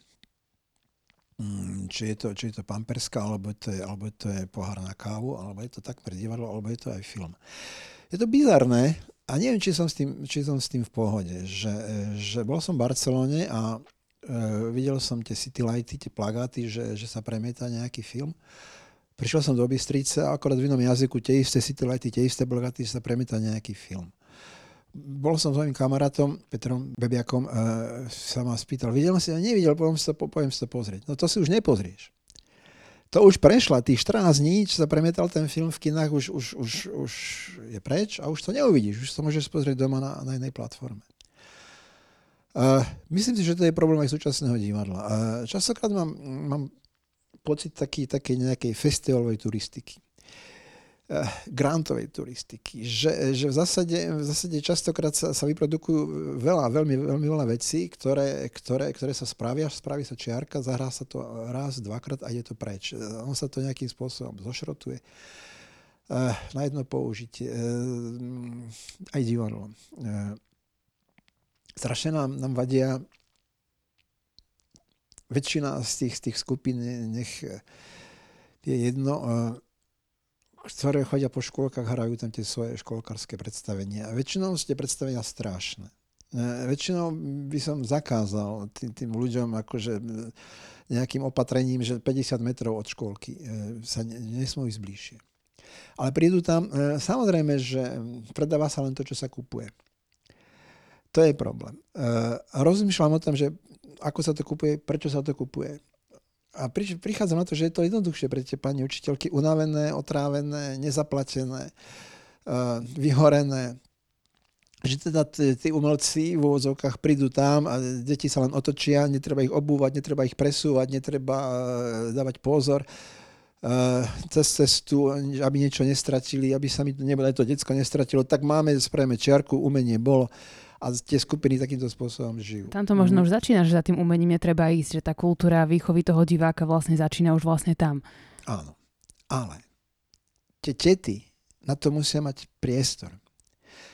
Či je to pamperska, alebo to je pohár na kávu, alebo je to takmer divadlo, alebo je to aj film. Je to bizarné a neviem, či som s tým v pohode. Že bol som v Barcelone a videl som tie city lighty, tie plagáty, že sa premieta nejaký film. Prišiel som do Bystrice a akorát v inom jazyku tie isté city lighty, tie isté plagáty, že sa premieta nejaký film. Bol som s mojím kamarátom Petrom Bebiakom, sa ma spýtal, videl si? Nevidel, poviem si to pozrieť. No to si už nepozrieš. To už prešla, tých 14 dní, čo sa premietal ten film v kinách, už je preč a už to neuvidíš. Už to môžeš pozrieť doma na jednej platforme. Myslím si, že to je problém aj súčasného divadla. Častokrát mám pocit takej nejakej festivalovej turistiky. Grantovej turistiky. Že v zásade častokrát sa vyprodukujú veľmi veľa vecí, ktoré sa spraví sa čiarka, zahrá sa to raz, dvakrát a ide to preč. On sa to nejakým spôsobom zošrotuje. Na jedno použitie. Aj divadlo. Strašne nám vadia väčšina z tých skupín, nech je jedno, ktoré chodia po škôlkach, hrajú tam tie svoje škôlkarské predstavenia. A väčšinou sú tie predstavenia strašné. Väčšinou by som zakázal tým ľuďom akože nejakým opatrením, že 50 metrov od škôlky sa nesmú ísť bližšie. Ale prídu tam, samozrejme, že predáva sa len to, čo sa kupuje. To je problém. Rozmýšľam o tom, že ako sa to kupuje, prečo sa to kupuje. A prichádzam na to, že je to jednoduchšie pre tie pani učiteľky, unavené, otrávené, nezaplatené, vyhorené. Že teda tí umelci v úvodzovkách prídu tam a deti sa len otočia, netreba ich obúvať, netreba ich presúvať, netreba dávať pozor cez cestu, aby niečo nestratili, aby sa mi to decko nestratilo. Tak spravíme čiarku, umenie bolo. A tie skupiny takýmto spôsobom žijú. Tam to možno už začína, že za tým umením netreba ísť, že tá kultúra výchovy toho diváka vlastne začína už vlastne tam. Áno, ale tie tety na to musia mať priestor.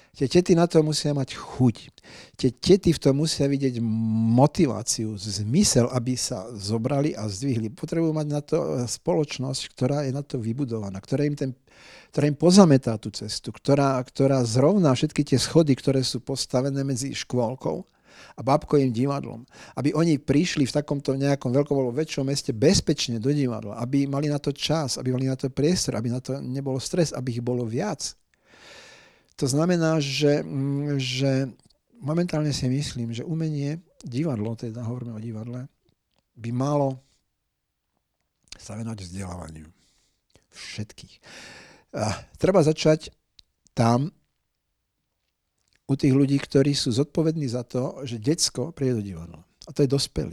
Tie tety na to musia mať chuť. Tie tety v tom musia vidieť motiváciu, zmysel, aby sa zobrali a zdvihli. Potrebujú mať na to spoločnosť, ktorá je na to vybudovaná, ktorá im pozametá tú cestu, ktorá zrovná všetky tie schody, ktoré sú postavené medzi škôlkou a bábkovým divadlom. Aby oni prišli v takomto nejakom veľkom väčšom meste bezpečne do divadla, aby mali na to čas, aby mali na to priestor, aby na to nebolo stres, aby ich bolo viac. To znamená, že momentálne si myslím, že umenie, divadlo, teda hovoríme o divadle, by malo sa venovať vzdelávaniu. Všetkých. A treba začať tam, u tých ľudí, ktorí sú zodpovední za to, že decko príde do divadla. A to je dospelý.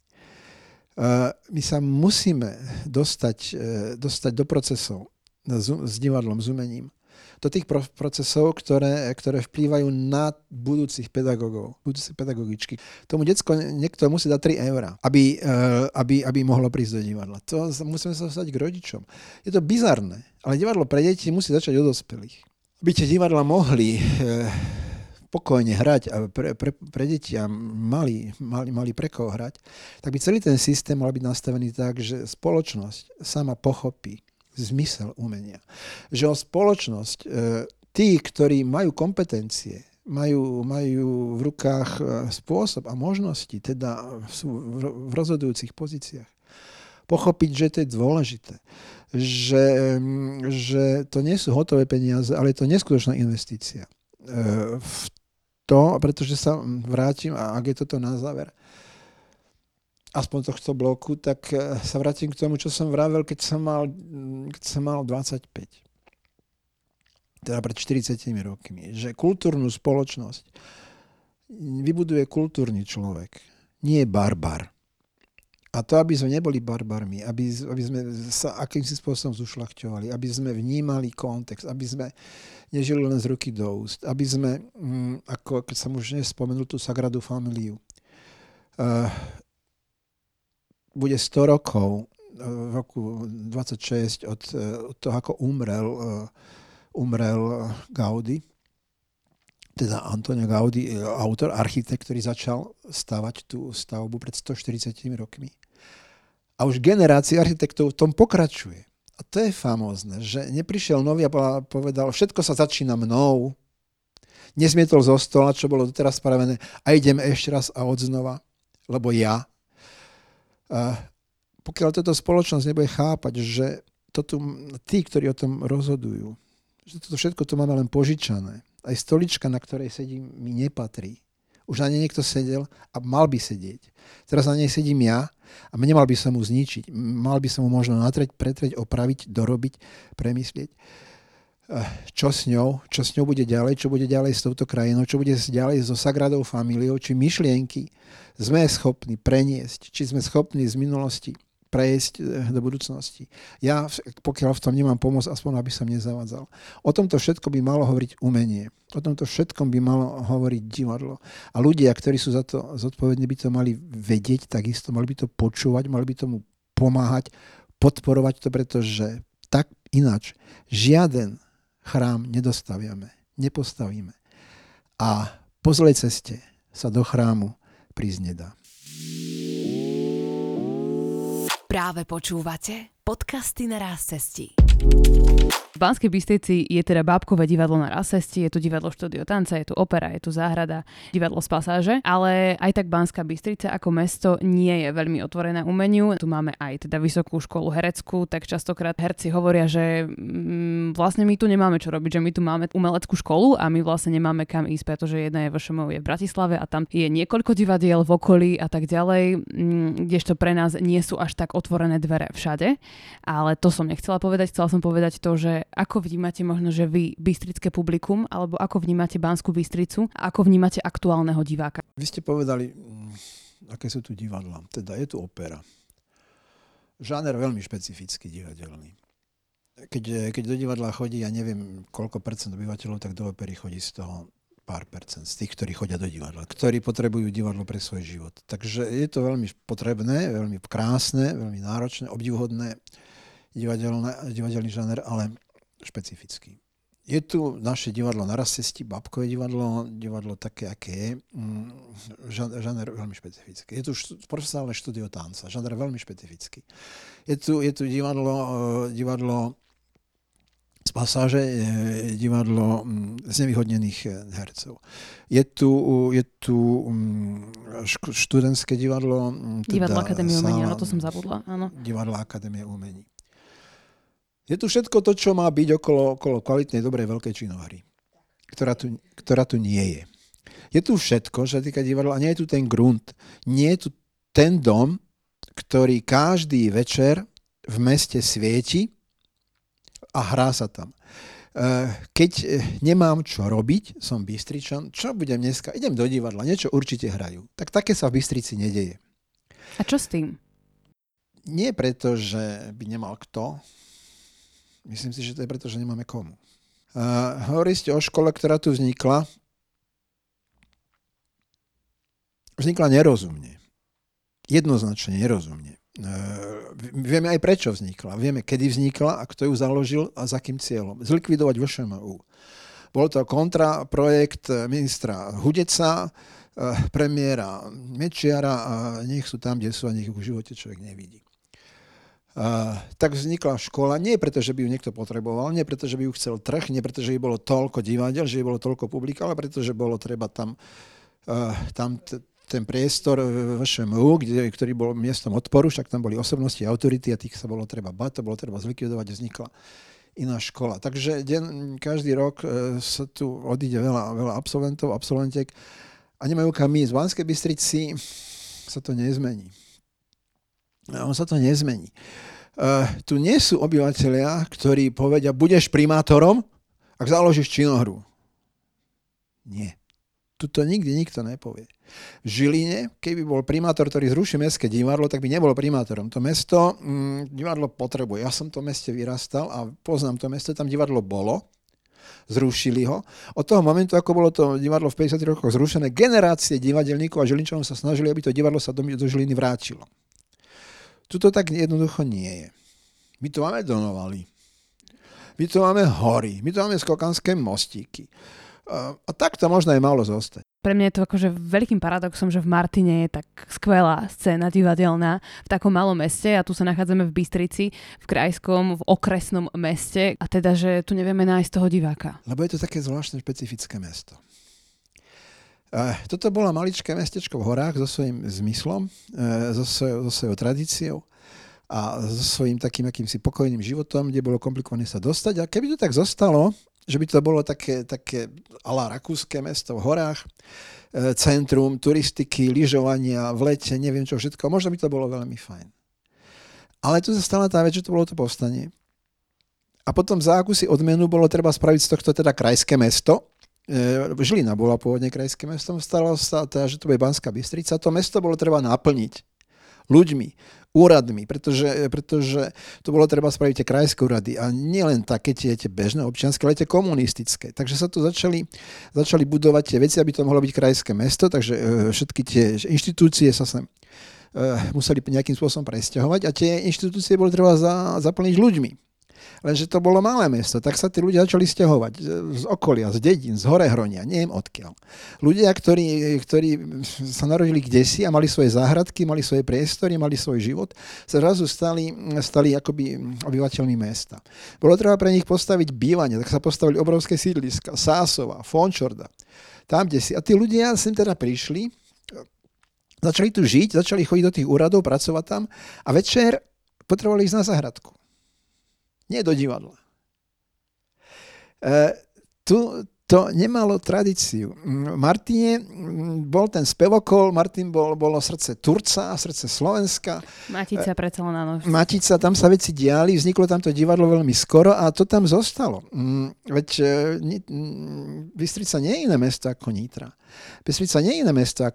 My sa musíme dostať do procesov s divadlom, s umením, do tých procesov, ktoré vplývajú na budúcich pedagógov, budúce pedagogičky. Tomu decko niekto musí dať 3 €, aby mohlo prísť do divadla. To musíme sa dostať k rodičom. Je to bizarné, ale divadlo pre deti musí začať od dospelých. Aby tie divadla mohli pokojne hrať a pre deti a mali pre koho hrať, tak by celý ten systém mal byť nastavený tak, že spoločnosť sama pochopí zmysel umenia. Že o spoločnosť, tí, ktorí majú kompetencie, majú v rukách spôsob a možnosti, teda sú v rozhodujúcich pozíciách, pochopiť, že to je dôležité. Že to nie sú hotové peniaze, ale je to neskutočná investícia. Pretože sa vrátim, a ak je toto na záver, aspoň tohto bloku, tak sa vrátim k tomu, čo som vravel, keď som mal 25. Teda pred 40 rokmi. Že kultúrnu spoločnosť vybuduje kultúrny človek. Nie barbar. A to, aby sme neboli barbarmi, aby sme sa akýmsi spôsobom zušľachťovali, aby sme vnímali kontext, aby sme nežili len z ruky do úst, aby sme, ako keď som už nespomenul tú Sagradu Familiu, bude 100 rokov, v roku 26 od toho, ako umrel Gaudí, teda Antonio Gaudí, autor, architekt, ktorý začal stavať tú stavbu pred 140 rokmi. A už generácia architektov v tom pokračuje. A to je famózne, že neprišiel nový a povedal, všetko sa začína mnou, nezmietol zo stola, čo bolo doteraz spravené, a ideme ešte raz a odznova, lebo ja. Pokiaľ toto spoločnosť nebude chápať, že tí, ktorí o tom rozhodujú, že toto všetko to máme len požičané, aj stolička, na ktorej sedím, mi nepatrí. Už na nej niekto sedel a mal by sedieť. Teraz na nej sedím ja a nemal by som mu zničiť. Mal by som mu možno pretreť, opraviť, dorobiť, premyslieť. Čo s ňou bude ďalej, čo bude ďalej s touto krajinou, čo bude ďalej so Sagradou Familiou, či myšlienky sme schopní preniesť, či sme schopní z minulosti prejsť do budúcnosti. Ja, pokiaľ v tom nemám pomoc, aspoň aby som nezavádzal. O tomto všetko by malo hovoriť umenie. O tomto všetkom by malo hovoriť divadlo. A ľudia, ktorí sú za to zodpovední, by to mali vedieť takisto, mali by to počúvať, mali by tomu pomáhať, podporovať to, pretože tak ináč žiaden chrám nepostavíme. A po zlej ceste sa do chrámu prísť nedá. Práve počúvate podcasty na ráz cestí. V Banskej Bystrici je teda bábkové divadlo na ráz cestí, je tu divadlo Štúdio tanca, je tu opera, je tu záhrada, divadlo z Pasáže, ale aj tak Banská Bystrica ako mesto nie je veľmi otvorené umeniu. Tu máme aj teda vysokú školu hereckú, tak častokrát herci hovoria, že vlastne my tu nemáme čo robiť, že my tu máme umeleckú školu a my vlastne nemáme kam ísť, pretože jedna je VŠMU je v Bratislave a tam je niekoľko divadiel v okolí a tak ďalej, kdežto pre nás nie sú až tak otvorené dvere všade. Ale to som nechcela povedať, chcela som povedať to, že ako vnímate možno, že vy bystrické publikum, alebo ako vnímate Banskú Bystricu a ako vnímate aktuálneho diváka? Vy ste povedali, aké sú tu divadlá. Teda je tu opera. Žáner veľmi špecifický divadelný. Keď do divadla chodí, ja neviem koľko percent obyvateľov, tak do opery chodí z toho pár percent, z tých, ktorí chodia do divadla, ktorí potrebujú divadlo pre svoj život. Takže je to veľmi potrebné, veľmi krásne, veľmi náročné, obdivuhodné divadelný žáner, ale špecifický. Je tu naše divadlo na Rastcesti, Bábkové divadlo také, aké je. Žáner veľmi špecifický. Je tu profesionálne štúdio tanca, žáner veľmi špecifický. Je tu divadlo z pasáže, divadlo znevýhodnených hercov. Je tu študentské divadlo. Divadlo Akadémie umení, to som zabudla. Áno. Divadlo Akadémie umení. Je tu všetko to, čo má byť okolo kvalitnej, dobrej, veľkej činohry, ktorá tu nie je. Je tu všetko, čo sa týka divadla, a nie je tu ten grunt. Nie je tu ten dom, ktorý každý večer v meste svieti a hrá sa tam. Keď nemám čo robiť, som Bystričan, čo budem dneska? Idem do divadla, niečo určite hrajú. Tak také sa v Bystrici nedeje. A čo s tým? Nie preto, že by nemal kto. Myslím si, že to je preto, že nemáme komu. Hovorí ste o škole, ktorá tu vznikla. Vznikla nerozumne. Jednoznačne nerozumne. Vieme aj prečo vznikla. Vieme, kedy vznikla a kto ju založil a za akým cieľom. Zlikvidovať VŠMU. Bol to kontraprojekt ministra Hudeca, premiéra Mečiara a nech sú tam, kde sú a nech v živote človek nevidí. Tak vznikla škola, nie preto, že by ju niekto potreboval, nie preto, že by ju chcel trh, nie preto, že by bolo toľko divadiel, že by bolo toľko publika, ale preto, že bolo treba tam ten priestor VŠMU, ktorý bol miestom odporu, však tam boli osobnosti, autority a tých sa bolo treba bať, to bolo treba zlikvidovať, vznikla iná škola. Takže každý rok sa tu odíde veľa absolventov, absolventiek a nemajú kam ísť. V Banskej Bystrici sa to nezmení. On sa to nezmení. Tu nie sú obyvateľia, ktorí povedia, budeš primátorom, ak založíš činohru. Nie. Tuto nikdy nikto nepovie. V Žiline, keby bol primátor, ktorý zruší mestské divadlo, tak by nebol primátorom. To mesto divadlo potrebuje. Ja som v tom meste vyrastal a poznám to mesto, tam divadlo bolo. Zrušili ho. Od toho momentu, ako bolo to divadlo v 50 rokoch zrušené, generácie divadelníkov a Žilinčanov sa snažili, aby to divadlo sa do Žiliny vrátilo. Tuto tak jednoducho nie je. My tu máme Donovali. My tu máme hory. My tu máme skokanské mostíky. A tak to možno aj malo zostať. Pre mňa je to akože veľkým paradoxom, že v Martine je tak skvelá scéna divadelná v takom malom meste a tu sa nachádzame v Bystrici, v krajskom, v okresnom meste a teda, že tu nevieme nájsť toho diváka. Lebo je to také zvláštne špecifické mesto. Toto bolo maličké mestečko v horách so svojím zmyslom, so svojou tradíciou a so svojím takým akýmsi pokojným životom, kde bolo komplikované sa dostať. A keby to tak zostalo, že by to bolo také a la rakúske mesto v horách, centrum turistiky, lyžovania, v lete, neviem čo všetko, možno by to bolo veľmi fajn. Ale tu sa stala tá vec, že to bolo to povstanie. A potom za akúsi odmenu bolo treba spraviť z tohto teda krajské mesto. Žilina bola pôvodne krajským mestom, stalo sa teda, že to bude Banská Bystrica. To mesto bolo treba naplniť ľuďmi, úradmi, pretože to bolo treba spraviť tie krajské úrady a nie len také tie bežné občianske, ale tie komunistické. Takže sa tu začali budovať tie veci, aby to mohlo byť krajské mesto, takže všetky tie inštitúcie sa sem museli nejakým spôsobom presťahovať a tie inštitúcie boli treba zaplniť ľuďmi. Lenže to bolo malé mesto, tak sa tí ľudia začali sťahovať z okolia, z dedín, z Horehronia, neviem odkiaľ. Ľudia, ktorí sa narodili kdesi a mali svoje záhradky, mali svoje priestory, mali svoj život, sa zrazu stali akoby obyvateľmi mesta. Bolo treba pre nich postaviť bývanie, tak sa postavili obrovské sídliska, Sásova, Fončorda, tam kdesi. A tí ľudia sem teda prišli, začali tu žiť, začali chodiť do tých úradov, pracovať tam a večer potrebovali ísť na záhradku. Nie do divadla. To nemalo tradíciu. Martine bol ten spevokol, Martin bolo srdce Turca, srdce Slovenska. Matica predsa len áno. Matica, tam sa veci diali, vzniklo tam to divadlo veľmi skoro a to tam zostalo. Veď Bystrica nie je iné mesto ako Nitra. Bystrica nie je iné mesto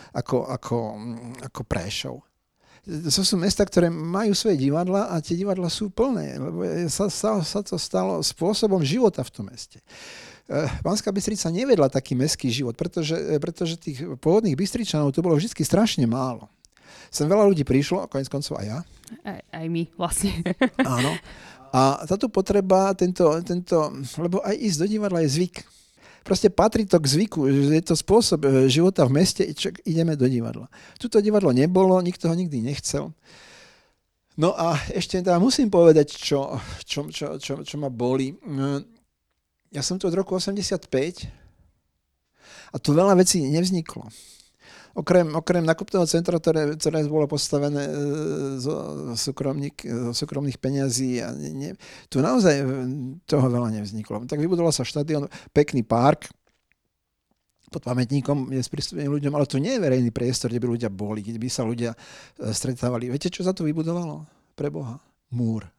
ako Prešov. To sú mesta, ktoré majú svoje divadla a tie divadla sú plné, lebo sa to stalo spôsobom života v tom meste. Banská Bystrica nevedla taký mestský život, pretože tých pôvodných Bystričanov to bolo vždy strašne málo. Sem veľa ľudí prišlo, a koniec koncov aj ja. Aj my vlastne. Áno. A táto potreba, lebo aj ísť do divadla je zvyk. Proste patrí to k zvyku, že je to spôsob života v meste, ideme do divadla. Tuto divadlo nebolo, nikto ho nikdy nechcel. No a ešte teda musím povedať, čo ma boli. Ja som tu od roku 85 a tu veľa vecí nevzniklo. Okrem nákupného centra, ktoré bolo postavené zo súkromných peňazí. A tu naozaj toho veľa nevzniklo. Tak vybudoval sa štadión, pekný park pod pamätníkom, je sprístupnený ľuďom, ale to nie je verejný priestor, kde by ľudia boli, kde by sa ľudia stretávali. Viete, čo sa tu vybudovalo? Pre Boha. Múr.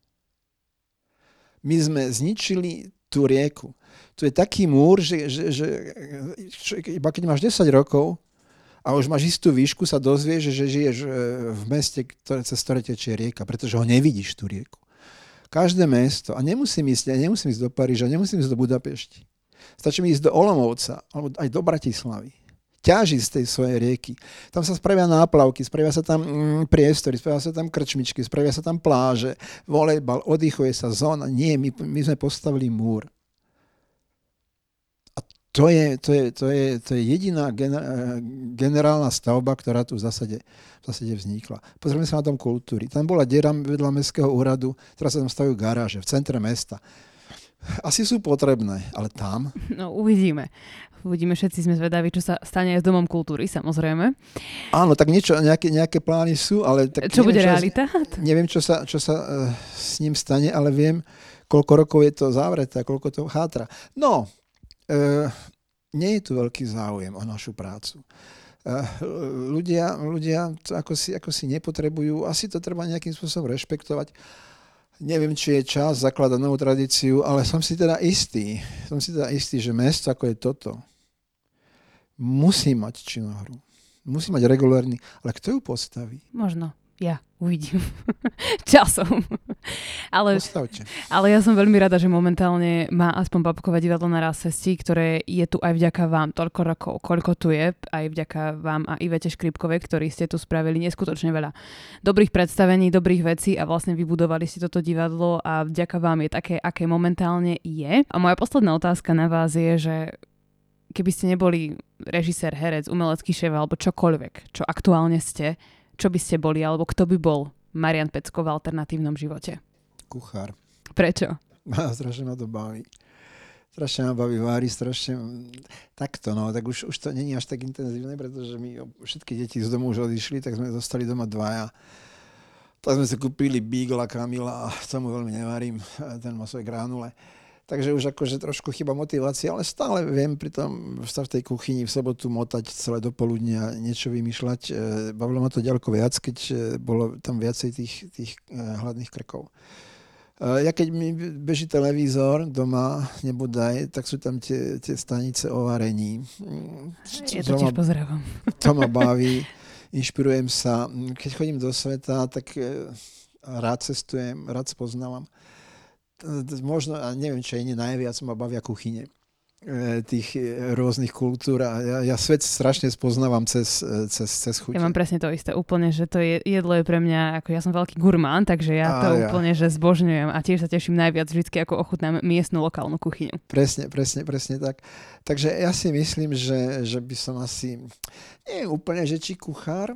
My sme zničili tú rieku. Tu je taký múr, že iba keď máš 10 rokov, a už máš istú výšku, sa dozvieš, že žiješ v meste, cez ktoré tečie rieka, pretože ho nevidíš, tú rieku. Každé mesto, a nemusím ísť do Paríža, nemusím ísť do Budapešti. Stačí mi ísť do Olomouca, alebo aj do Bratislavy. Ťaží z tej svojej rieky. Tam sa spravia náplavky, spravia sa tam priestory, spravia sa tam krčmičky, spravia sa tam pláže, volejbal, oddychuje sa zóna. Nie, my sme postavili múr. To je jediná generálna stavba, ktorá tu v zásade vznikla. Pozrieme sa na tom kultúry. Tam bola diera vedľa mestského úradu, teraz sa tam stavujú garáže v centre mesta. Asi sú potrebné, ale tam... No, uvidíme. Všetci sme zvedaví, čo sa stane aj s Domom kultúry, samozrejme. Áno, tak nejaké plány sú, ale... Tak čo bude realita? Neviem, čo sa s ním stane, ale viem, koľko rokov je to zavreté, koľko to chátra. No... nie je tu veľký záujem o našu prácu. Ľudia to ako si nepotrebujú, asi to treba nejakým spôsobom rešpektovať. Neviem, či je čas zakladať novú tradíciu, ale som si teda istý, že mesto, ako je toto, musí mať činohru. Musí mať regulárny, ale kto ju postaví? Možno. Ja uvidím. Časom. Postavte. Ale ja som veľmi rada, že momentálne má aspoň Babkové divadlo na Rázcestí, ktoré je tu aj vďaka vám toľko rokov, koľko tu je, aj vďaka vám a Ivete Škripkovej, ktorí ste tu spravili neskutočne veľa dobrých predstavení, dobrých vecí a vlastne vybudovali si toto divadlo a vďaka vám je také, aké momentálne je. A moja posledná otázka na vás je, že keby ste neboli režisér, herec, umelecký šéf alebo čokoľvek, čo aktuálne ste, čo by ste boli, alebo kto by bol Marián Pecko v alternatívnom živote? Kuchár. Prečo? Strašne ma to baví. Strašne ma baví váriť, strašne takto, no, tak už to není až tak intenzívne, pretože my všetky deti z domu už odišli, tak sme zostali doma dvaja. Tak sme si kúpili Beagle a Kamila a tomu veľmi nevarím, ten má svoje granule. Takže už akože trošku chyba motivácia, ale stále viem pri tom v tej kuchyni v sobotu motať celé dopoludnia, niečo vymýšľať. Bavilo ma to ďaleko viac, keď bolo tam viacej tých hladných krkov. Ja keď mi beží televízor doma, nebodaj, tak sú tam tie stanice o varení. Ja to tiež pozdravom. To ma baví, inšpirujem sa. Keď chodím do sveta, tak rád cestujem, rád spoznávam. Možno, a neviem, čo iné najviac ma bavia kuchyne tých rôznych kultúr a ja svet strašne spoznávam cez chuť. Ja mám presne to isté, úplne, že to jedlo je pre mňa, ako ja som veľký gurmán, takže ja to úplne, že zbožňujem a tiež sa teším najviac vždycky, ako ochutnám miestnu lokálnu kuchyňu. Presne tak. Takže ja si myslím, že by som asi, nie úplne, že či kuchár,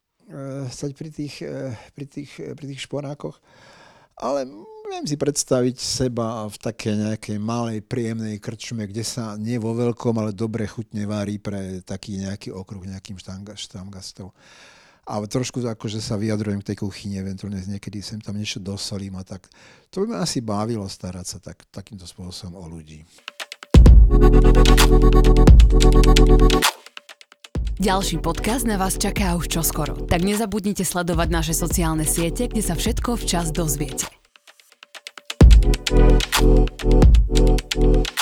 stať pri tých šporákoch, ale viem si predstaviť seba v také nejakej malej, príjemnej krčme, kde sa nie vo veľkom, ale dobre chutne varí pre taký nejaký okruh, nejakým štamgastov. A trošku akože sa vyjadrujem k tej kuchyni, eventuálne niekedy sem tam niečo dosolím a tak. To by ma asi bavilo starať sa takýmto spôsobom o ľudí. Ďalší podcast na vás čaká už čoskoro, tak nezabudnite sledovať naše sociálne siete, kde sa všetko včas dozviete.